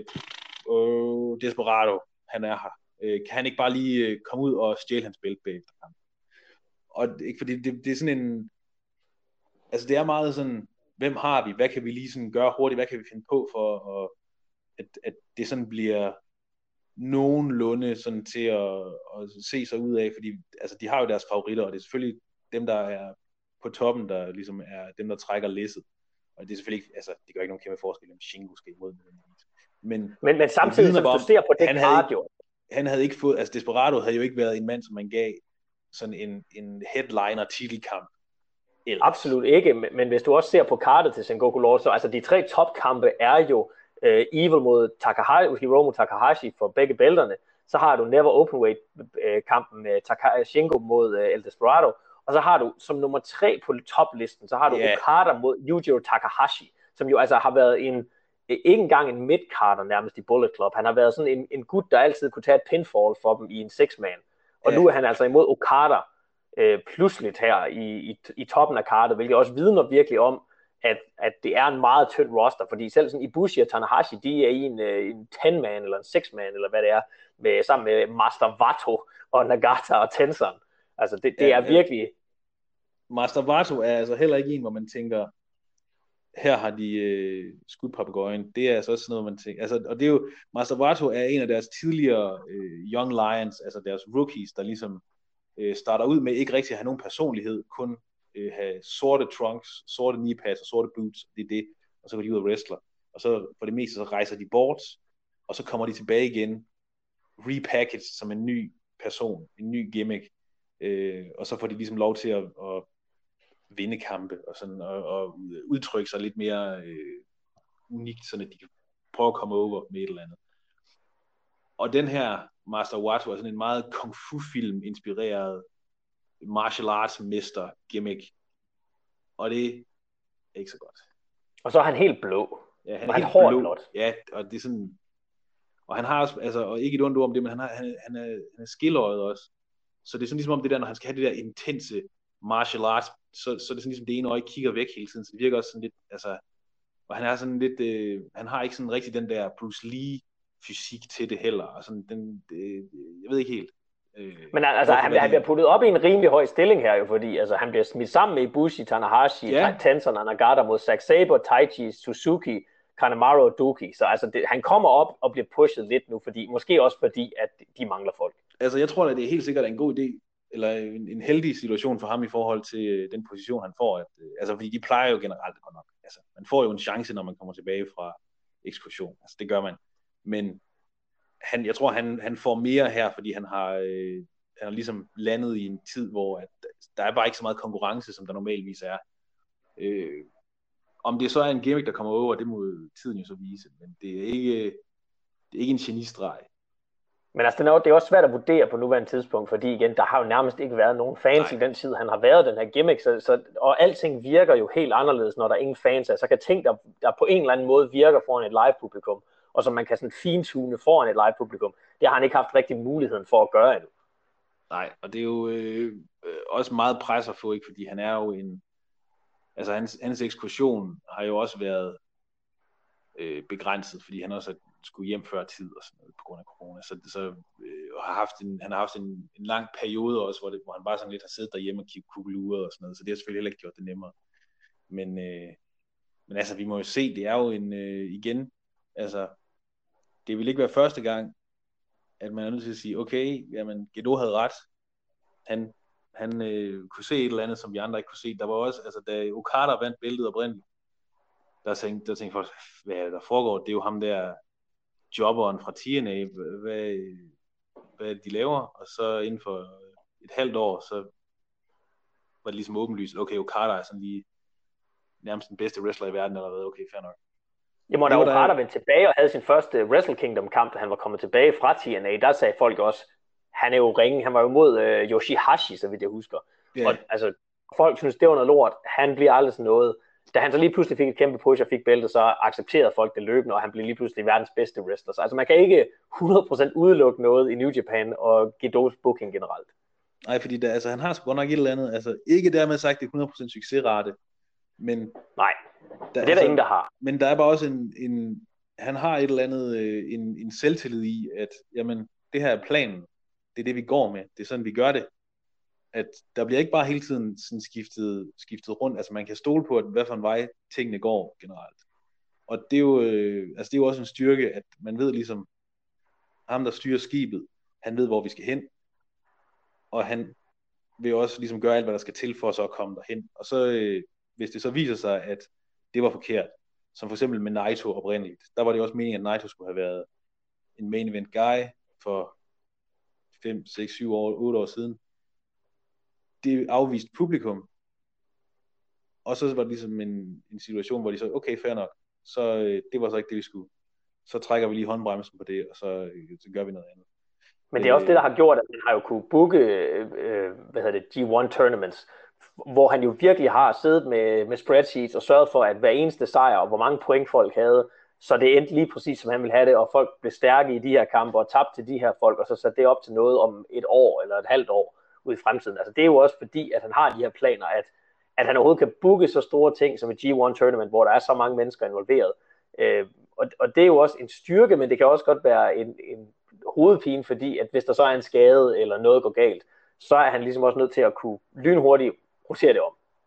S2: Desperado, han er her. Kan han ikke bare lige komme ud og stjæle hans bælte bagefter kampen? Og ikke fordi det er sådan en, altså det er meget sådan, hvem har vi? Hvad kan vi lige sådan gøre hurtigt? Hvad kan vi finde på for at det sådan bliver nogenlunde sådan til at se sig ud af, fordi altså de har jo deres favoritter, og det er selvfølgelig dem, der er på toppen, der ligesom er dem, der trækker læsset. Og det er selvfølgelig ikke, altså det gør ikke nogen kæmpe forskel, om Shingo skal imod den.
S1: Men samtidig, som du ser på det cardio.
S2: Han havde ikke fået, altså Desperado havde jo ikke været en mand, som man gav sådan en headliner titelkamp.
S1: Absolut ikke, men hvis du også ser på kartet til Sengoku Lord, så altså de 3 topkampe er jo Evil mod Hiromu Takahashi for begge bælterne, så har du Never Openweight kampen med Shingo mod El Desperado, og så har du som nummer 3 på toplisten, så har du Okada mod Yujiro Takahashi, som jo altså har været ikke engang en midcarder nærmest i Bullet Club. Han har været sådan en gut, der altid kunne tage et pinfall for dem i en 6-man. Og nu er han altså imod Okada pludseligt her i toppen af kartet, hvilket også vidner virkelig om, at det er en meget tynd roster, fordi selv sådan Ibushi og Tanahashi, de er i en 10-man eller en 6-man, eller hvad det er, sammen med Master Wato og Nagata og Tenzan. Altså det er virkelig...
S2: Master Wato er altså heller ikke en, hvor man tænker, her har de skudt papegøjen. Det er altså også noget, man tænker. Altså, og det er jo, Master Vato er en af deres tidligere Young Lions, altså deres rookies, der ligesom starter ud med ikke rigtig at have nogen personlighed, kun have sorte trunks, sorte kneepads og sorte boots, det er det, og så går de ud og wrestler. Og så for det meste så rejser de bort, og så kommer de tilbage igen, repackaged som en ny person, en ny gimmick, og så får de ligesom lov til at vinde kampe, og, sådan, og udtrykke sig lidt mere unikt, så de kan prøve at komme over med et eller andet. Og den her Master Wato er sådan en meget kung fu film inspireret martial arts mester gimmick, og det er ikke så godt.
S1: Og så er han helt blå.
S2: Ja, han er helt blå.
S1: Blot.
S2: Ja, og det er sådan, og han har også, altså, og ikke et ondt ord om det, men han er skilløjet også. Så det er sådan ligesom om det der, når han skal have det der intense martial arts, så er det sådan ligesom det ene øje kigger væk hele tiden, så det virker også sådan lidt, altså, og han er sådan lidt, han har ikke sådan rigtig den der Bruce Lee fysik til det heller, og sådan jeg ved ikke helt.
S1: Men altså, han bliver puttet op i en rimelig høj stilling her jo, fordi altså, han bliver smidt sammen med Ibushi, Tanahashi, Tenzan, Nagata mod Zack Sabre, Taichi, Suzuki, Kanemaru og Douki. Så altså, han kommer op og bliver pushet lidt nu, måske også fordi, at de mangler folk.
S2: Altså, jeg tror, at det er helt sikkert en god idé, eller en heldig situation for ham i forhold til den position, han får. Altså, fordi de plejer jo generelt godt nok. Altså, man får jo en chance, når man kommer tilbage fra ekskursion. Altså, det gør man. Men jeg tror, han får mere her, fordi han har ligesom landet i en tid, hvor der er bare ikke så meget konkurrence, som der normalvis er. Om det så er en gimmick, der kommer over, det må tiden jo så vise. Men det er ikke en genistreg.
S1: Men altså, det er også svært at vurdere på nuværende tidspunkt, fordi igen, der har jo nærmest ikke været nogen fans i den tid, han har været den her gimmick, og alting virker jo helt anderledes, når der ingen fans er. Så kan ting, der på en eller anden måde virker foran et live-publikum, og som man kan sådan fintune foran et live-publikum, det har han ikke haft rigtig muligheden for at gøre endnu.
S2: Nej, og det er jo også meget pres at få, ikke? Fordi han er jo altså hans ekskursion har jo også været begrænset, fordi han også skulle hjem før tid og sådan noget på grund af corona, så han har haft en lang periode også, hvor han bare sådan lidt har siddet derhjemme og kigget kugleure og sådan noget, så det har selvfølgelig heller ikke gjort det nemmere. Men altså, vi må jo se, det er jo igen, altså, det vil ikke være første gang, at man er nødt til at sige, okay, jamen, Gedo havde ret, han kunne se et eller andet, som vi andre ikke kunne se. Der var også, altså, da Okada vandt bæltet oprindeligt, der tænkte folk, hvad der foregår, det er jo ham der jobberen fra TNA, hvad de laver, og så inden for et halvt år, så var det ligesom åbenlyst, okay, Okada er sådan lige nærmest den bedste wrestler i verden, eller hvad, okay, fair nok.
S1: Jamen, da Okada vendte tilbage og havde sin første Wrestle Kingdom-kamp, da han var kommet tilbage fra TNA, der sagde folk også, han er jo ringen, han var jo mod Yoshihashi, så vidt jeg husker. Yeah. Og altså, folk synes, det var noget lort, han bliver aldrig sådan noget. Da han så lige pludselig fik et kæmpe push og fik bæltet, så accepterede folk det løbende, og han blev lige pludselig verdens bedste wrestler. Så altså, man kan ikke 100% udelukke noget i New Japan og Gedos booking generelt.
S2: Nej, fordi han har sgu godt nok et eller andet, altså ikke dermed sagt, det er 100% succesrate, men...
S1: Nej, det er der ingen, der har.
S2: Men der er bare også han har et eller andet, en selvtillid i, at jamen, det her er planen, det er det, vi går med, det er sådan, vi gør det. At der bliver ikke bare hele tiden sådan skiftet rundt, altså man kan stole på, at hvad for en vej tingene går generelt. Og det er jo, det er jo også en styrke, at man ved ligesom, ham der styrer skibet, han ved, hvor vi skal hen, og han vil også ligesom gøre alt, hvad der skal til for så at komme derhen. Og så, hvis det så viser sig, at det var forkert, som for eksempel med Naito oprindeligt, der var det også meningen, at Naito skulle have været en main event guy for 5, 6, 7 år, 8 år siden. Det afviste publikum, og så var det ligesom en situation, hvor de så, okay, fair nok, så det var så ikke det, vi skulle. Så trækker vi lige håndbremsen på det, og så gør vi noget andet.
S1: Men det er også det, der har gjort, at han har jo kunne booke G1 tournaments, hvor han jo virkelig har siddet med spreadsheets og sørget for, at hver eneste sejr, og hvor mange point folk havde, så det endte lige præcis, som han ville have det, og folk blev stærke i de her kampe, og tabte til de her folk, og så satte det op til noget om et år, eller et halvt år ud i fremtiden. Altså det er jo også fordi, at han har de her planer, at han overhovedet kan booke så store ting som et G1 tournament, hvor der er så mange mennesker involveret. Og det er jo også en styrke, men det kan også godt være en hovedpine, fordi at hvis der så er en skade, eller noget går galt, så er han ligesom også nødt til at kunne lynhurtigt rosere det om.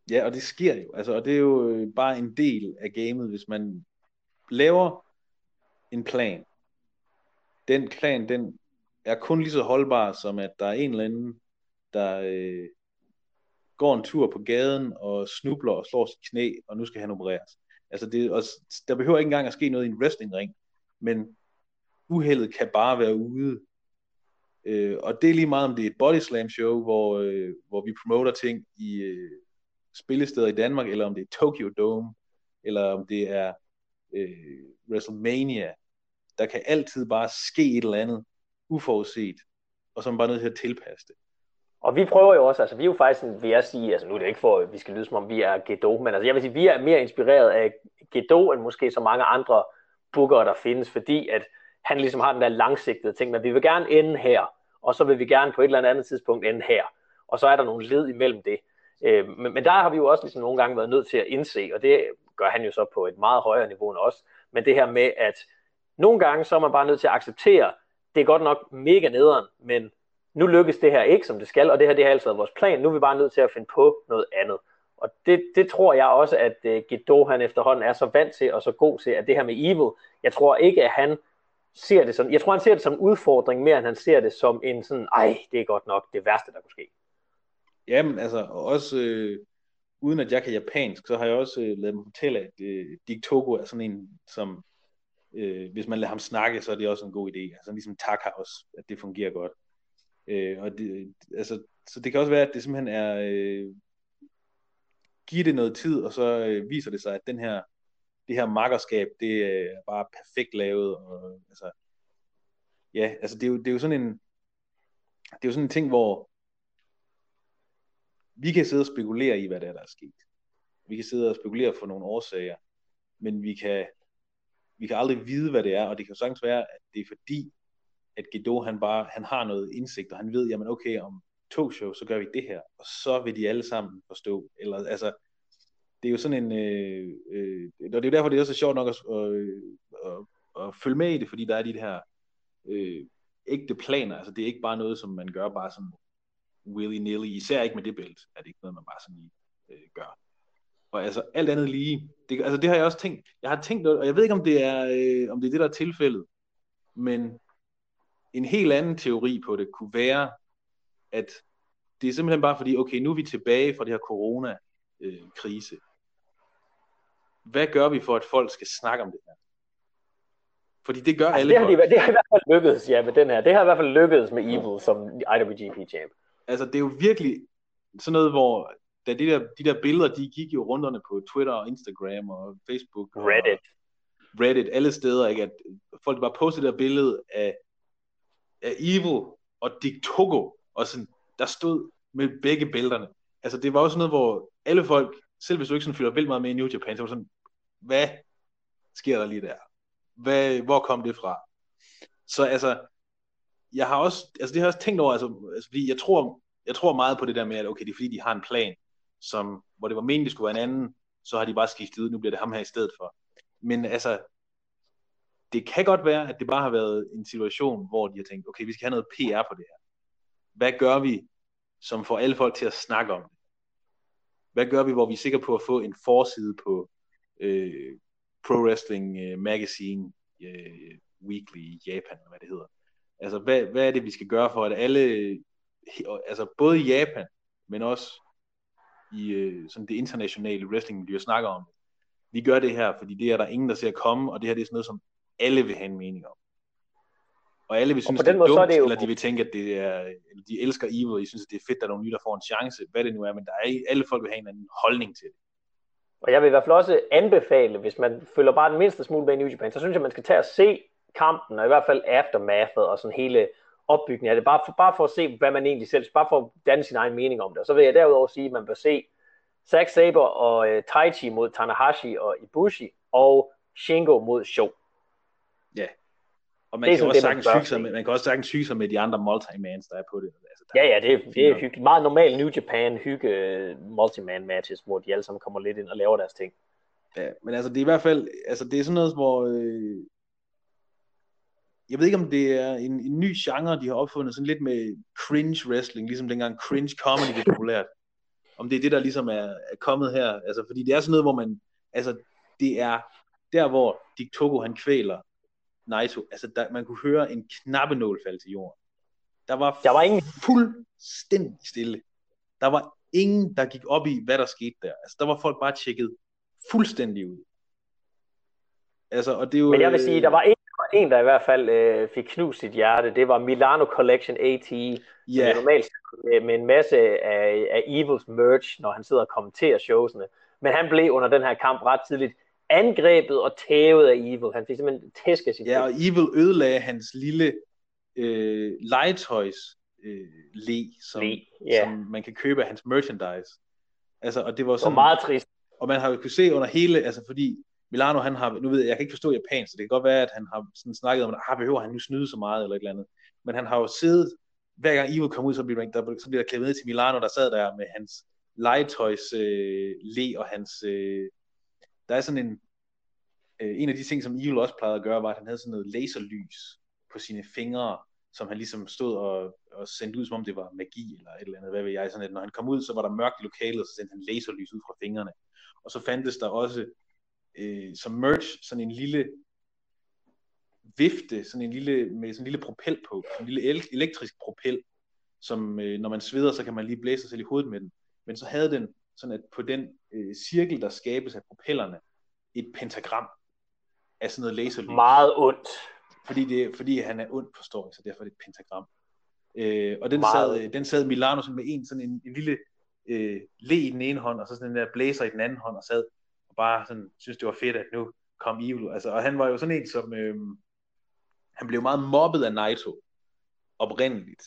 S2: Ja, og det sker jo. Altså, og det er jo bare en del af gamet, hvis man laver en plan. Den plan, den er kun lige så holdbar, som at der er en eller anden, der går en tur på gaden og snubler og slår sit knæ, og nu skal han opereres. Altså, der behøver ikke engang at ske noget i en wrestlingring, men uheldet kan bare være ude. Og det er lige meget, om det er et body slam show, hvor vi promoter ting i spillesteder i Danmark, eller om det er Tokyo Dome, eller om det er WrestleMania. Der kan altid bare ske et eller andet uforudset, og så er man bare nødt til at tilpasse det.
S1: Og vi prøver jo også, altså vi er jo faktisk, vil jeg sige, altså nu er det ikke for, at vi skal lyde som om vi er Gedo, men altså jeg vil sige, vi er mere inspireret af Gedo, end måske så mange andre bookere, der findes, fordi at han ligesom har den der langsigtede ting, men vi vil gerne ende her, og så vil vi gerne på et eller andet tidspunkt ende her, og så er der nogle led imellem det. Men der har vi jo også ligesom nogle gange været nødt til at indse, og det gør han jo så på et meget højere niveau end os, men det her med, at nogle gange så er man bare nødt til at acceptere, det er godt nok mega nederen, men nu lykkes det her ikke, som det skal, og det har altid været vores plan. Nu er vi bare nødt til at finde på noget andet. Og det tror jeg også, at Gedo han efterhånden er så vant til og så god til, at det her med Evil, jeg tror ikke, at han ser det som, jeg tror han ser det som en udfordring mere, end han ser det som en sådan, det er godt nok det værste, der kunne ske.
S2: Jamen, altså, også uden at jeg kan japansk, så har jeg også lavet mig fortælle, at Dick Togo er sådan en, som hvis man lader ham snakke, så er det også en god idé. Altså ligesom Taka også, at det fungerer godt. Og det, altså, så det kan også være, at det simpelthen er give det noget tid, og så viser det sig, at det her makkerskab, det er bare perfekt lavet. Og, altså, ja, altså det er jo sådan en ting, hvor vi kan sidde og spekulere i, hvad der er sket. Vi kan sidde og spekulere for nogle årsager, men vi kan aldrig vide, hvad det er, og det kan jo sagtens være, at det er fordi, at Gedo, han har noget indsigt, og han ved, jamen okay, om 2 shows, så gør vi det her, og så vil de alle sammen forstå. Eller, altså, det er jo sådan en, og det er derfor, det er så sjovt nok at følge med i det, fordi der er de her ægte planer, altså det er ikke bare noget, som man gør bare sådan willy-nilly, især ikke med det bælte, er det ikke noget, man bare sådan lige gør. Og altså alt andet lige, det har jeg også tænkt, og jeg ved ikke, om det er det, der er tilfældet, men en helt anden teori på det kunne være, at det er simpelthen bare fordi, okay, nu er vi tilbage fra det her corona-krise. Hvad gør vi for, at folk skal snakke om det her? Fordi det gør alle folk.
S1: Det har i hvert fald lykkedes, ja, med den her. Det har i hvert fald lykkedes med Evil som IWGP-champ.
S2: Altså, det er jo virkelig sådan noget, hvor da de der billeder, de gik jo runderne på Twitter og Instagram og Facebook. Reddit, alle steder, ikke? At folk bare postede det der billede af Evil og Dick Togo, og sådan, der stod med begge bælterne. Altså, det var også noget, hvor alle folk, selv hvis du ikke sådan følger vildt meget med i New Japan, så var sådan, hvad sker der lige der? Hvor kom det fra? Så altså, det har jeg også tænkt over, altså fordi jeg tror meget på det der med, at okay, det er fordi, de har en plan, hvor det var meningen, det skulle være en anden, så har de bare skiftet ud, nu bliver det ham her i stedet for. Men altså, det kan godt være, at det bare har været en situation, hvor de har tænkt, okay, vi skal have noget PR på det her. Hvad gør vi, som får alle folk til at snakke om det? Hvad gør vi, hvor vi er sikre på at få en forside på Pro Wrestling Magazine Weekly i Japan, eller hvad det hedder? Altså, hvad er det, vi skal gøre for, at alle, altså både i Japan, men også i sådan det internationale wrestlingmiljø snakker om det. Vi gør det her, fordi det er der ingen, der ser komme, og det her det er sådan noget, som alle vil have en mening om. Og alle vil synes, det er dumt, eller de vil tænke, at de elsker Evil, og de synes, at det er fedt, at der er nogle nye, der får en chance, hvad det nu er, men alle folk vil have en anden holdning til det.
S1: Og jeg vil i hvert fald også anbefale, hvis man følger bare den mindste smule med i New Japan, så synes jeg, man skal tage og se kampen, og i hvert fald aftermathet og sådan hele opbygningen af det, bare for at se, hvad man egentlig selv, bare for at danne sin egen mening om det. Og så vil jeg derudover sige, at man bør se Zack Sabre og Taichi mod Tanahashi og Ibushi, og Shingo mod Sho.
S2: Ja, og man kan også sagtens syge sig med de andre multi-mans, der er på det. Altså,
S1: det er hyggeligt. Meget normal New Japan hygge multi-man matches, hvor de alle sammen kommer lidt ind og laver deres ting.
S2: Ja, men altså det er i hvert fald, altså det er sådan noget, hvor jeg ved ikke, om det er en ny genre, de har opfundet, sådan lidt med cringe wrestling, ligesom dengang cringe comedy blev populært. om det er det, der ligesom er kommet her. Altså, fordi det er sådan noget, hvor man, altså, det er der, hvor Dick Togo, han kvæler Naito. Altså, man kunne høre en knappenål falde til jorden. Der var
S1: ingen
S2: fuldstændig stille. Der var ingen, der gik op i, hvad der skete der. Altså, der var folk bare tjekket fuldstændig ud. Altså, og det er jo,
S1: Men jeg vil sige, der var en, der i hvert fald fik knust sit hjerte. Det var Milano Collection AT, som er normalt med en masse af Evils merch, når han sidder og kommenterer showsene. Men han blev under den her kamp ret tidligt angrebet og tævet af Evil. Han fik simpelthen tæsket sit
S2: og Evil ødelagde hans lille legetøjs som man kan købe af hans merchandise. Altså, og det var sådan,
S1: meget trist.
S2: Og man har jo kunne se under hele, altså fordi Milano, han har, nu ved jeg kan ikke forstå japansk, så det kan godt være, at han har sådan snakket om, behøver han nu snyde så meget, eller et eller andet. Men han har jo siddet, hver gang Evil kom ud, så bliver der klædt ned til Milano, der sad der med hans legetøjs og hans, der er sådan en af de ting, som Evil også plejede at gøre, var, at han havde sådan noget laserlys på sine fingre, som han ligesom stod og sendte ud, som om det var magi, eller et eller andet, hvad ved jeg, sådan at når han kom ud, så var der mørkt i lokalet, og så sendte han laserlys ud fra fingrene. Og så fandtes der også som merch, sådan en lille vifte, med sådan en lille propel på, en lille elektrisk propel, som når man sveder, så kan man lige blæse sig selv i hovedet med den. Men så havde den sådan, at på den cirkel, der skabes af propellerne, et pentagram af sådan noget laserlys.
S1: Meget ondt.
S2: Fordi han er ond, forstår jeg, så derfor er det et pentagram. Og den sad Milano med en lille le i den ene hånd, og så sådan den der blæser i den anden hånd, og sad og bare sådan, synes det var fedt, at nu kom Evil. Altså, og han var jo sådan en, som han blev meget mobbet af Naito oprindeligt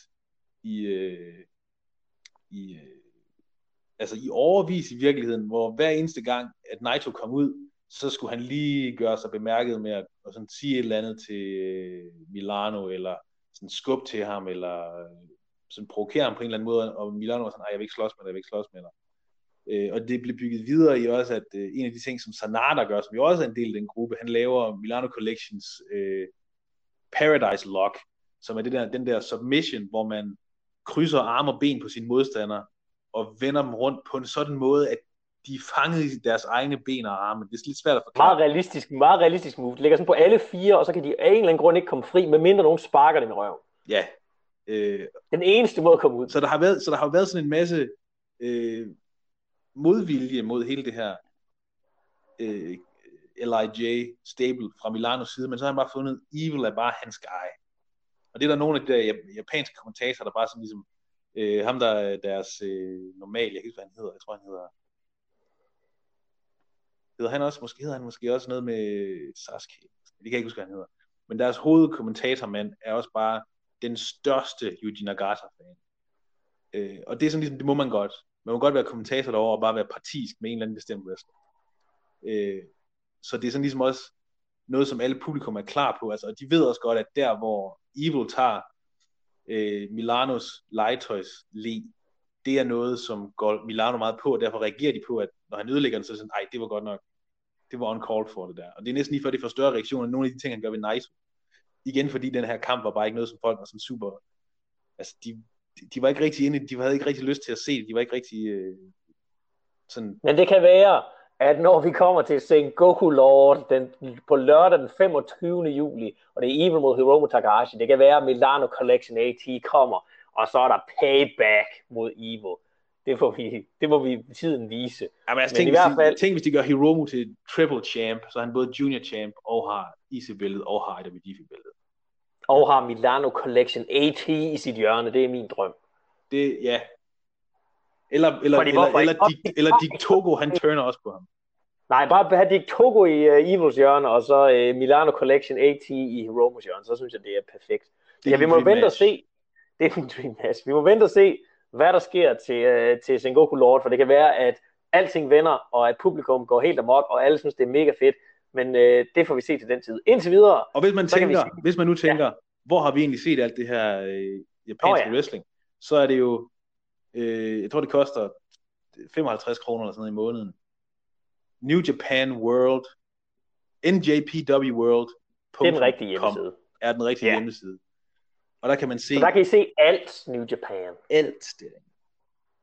S2: i overvis i virkeligheden, hvor hver eneste gang, at Naito kom ud, så skulle han lige gøre sig bemærket med at sådan sige et eller andet til Milano, eller sådan skubbe til ham, eller sådan provokere ham på en eller anden måde, og Milano var sådan, jeg vil ikke slås med dig. Og det blev bygget videre i også, at en af de ting, som Sanada gør, som jo også er en del af den gruppe, han laver Milano Collections Paradise Lock, som er den der submission, hvor man krydser arme og ben på sine modstandere, og vender dem rundt på en sådan måde, at de er fanget i deres egne ben og arme. Det er lidt svært at forklare.
S1: Meget realistisk move. Det ligger sådan på alle fire, og så kan de af en eller anden grund ikke komme fri, medmindre nogen sparker dem i røven.
S2: Ja.
S1: Den eneste måde at komme ud.
S2: Så der har været sådan en masse modvilje mod hele det her LIJ stable fra Milanos side, men så har han bare fundet, Evil er bare hans guy. Og det er der nogle af de der japanske kommentatorer, der bare sådan ligesom, ham der er deres normal, jeg kan ikke hvad han hedder, jeg tror han hedder han måske også noget med Sasuke, det kan jeg ikke huske hvad han hedder, men deres hovedkommentatormand er også bare den største Yuji Nagata-fan. Og det er sådan ligesom, det må man godt. Man må godt være kommentator derovre og bare være partisk med en eller anden bestemt wrestler. Så det er sådan ligesom også noget, som alle publikum er klar på. Altså, og de ved også godt, at der, hvor Evil tager Milanos legetøjs-le, det er noget, som går Milano meget på, og derfor reagerer de på, at når han ødelægger den, så er det sådan, det var godt nok. Det var uncalled for det der. Og det er næsten lige før, det får større reaktioner end nogle af de ting, han gør ved Naito. Igen, fordi den her kamp var bare ikke noget, som folk var sådan super. Altså, de var ikke rigtig inde, de havde ikke rigtig lyst til at se det, de var ikke rigtig sådan.
S1: Men det kan være, at når vi kommer til Sengoku Lord på lørdag den 25. juli, og det er Evil mod Hiromu Takahashi, det kan være, at Milano Collection AT kommer, og så er der payback mod Evil. Det må vi tiden vise.
S2: Jamen, altså, tænk, hvis de gør Hiromu til triple champ, så er han både junior champ og har IC-bæltet og har IWGP-bæltet.
S1: Og har Milano Collection AT i sit hjørne, det er min drøm.
S2: Det, ja. Eller Dick Togo, han turner også på ham.
S1: Nej, bare have Dick Togo i Evils hjørne, og så Milano Collection AT i Hiromus hjørne, så synes jeg, det er perfekt. Vi må vente og se. Det er min dream match. Vi må vente og se, hvad der sker til Sengoku Lord, for det kan være, at alting vender, og at publikum går helt amok, og alle synes, det er mega fedt. Men det får vi se til den tid. Indtil videre.
S2: Og hvis man nu tænker, hvor har vi egentlig set alt det her japanske wrestling, så er det jo, jeg tror det koster 55 kroner eller sådan noget i måneden. New Japan World, NJPW World.
S1: Det er den rigtige hjemmeside.
S2: Er den rigtige hjemmeside. Og der kan man se.
S1: Så der kan I se alt New Japan.
S2: Alt det.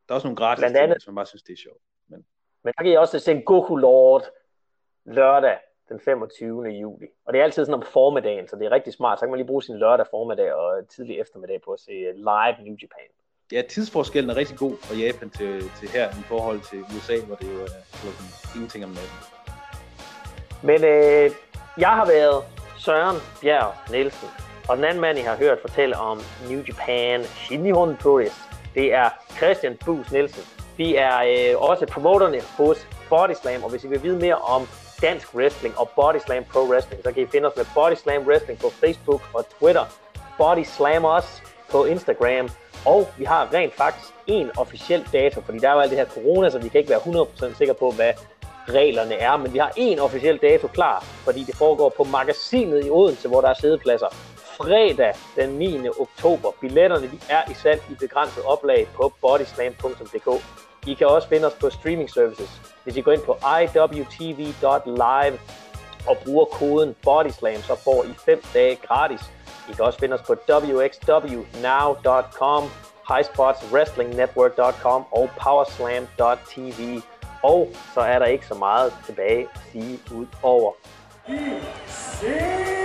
S2: Der er også nogle gratis
S1: Blandt andet,
S2: ting, som man bare synes, det er sjovt.
S1: Men så kan I også se Goku Lord lørdag den 25. juli. Og det er altid sådan om formiddagen, så det er rigtig smart. Så kan man lige bruge sin lørdag formiddag og tidlig eftermiddag på at se live New Japan.
S2: Ja, tidsforskellen er rigtig god fra Japan til her i forhold til USA, hvor det jo er ingenting om natten.
S1: Men jeg har været Søren Bjerg Nielsen, og den anden mand, I har hørt fortælle om New Japan Shinihon Tourist, det er Christian Buus Nielsen. Vi er også promoterne hos Bodyslam, og hvis I vil vide mere om dansk wrestling og Bodyslam Pro Wrestling, så kan I finde os med Bodyslam Wrestling på Facebook og Twitter, Bodyslam os på Instagram, og vi har rent faktisk en officiel dato, fordi der er jo alt det her corona, så vi kan ikke være 100% sikre på, hvad reglerne er, men vi har en officiel dato klar, fordi det foregår på Magasinet i Odense, hvor der er sædepladser fredag den 9. oktober. Billetterne de er i salg i begrænset oplag på bodyslam.dk. I kan også finde os på streaming services. Hvis I går ind på iwtv.live og bruger koden BODYSLAM, så får I 5 dage gratis. I kan også finde os på wxwnow.com, highspotswrestlingnetwork.com og powerslam.tv. Og så er der ikke så meget tilbage at sige ud over.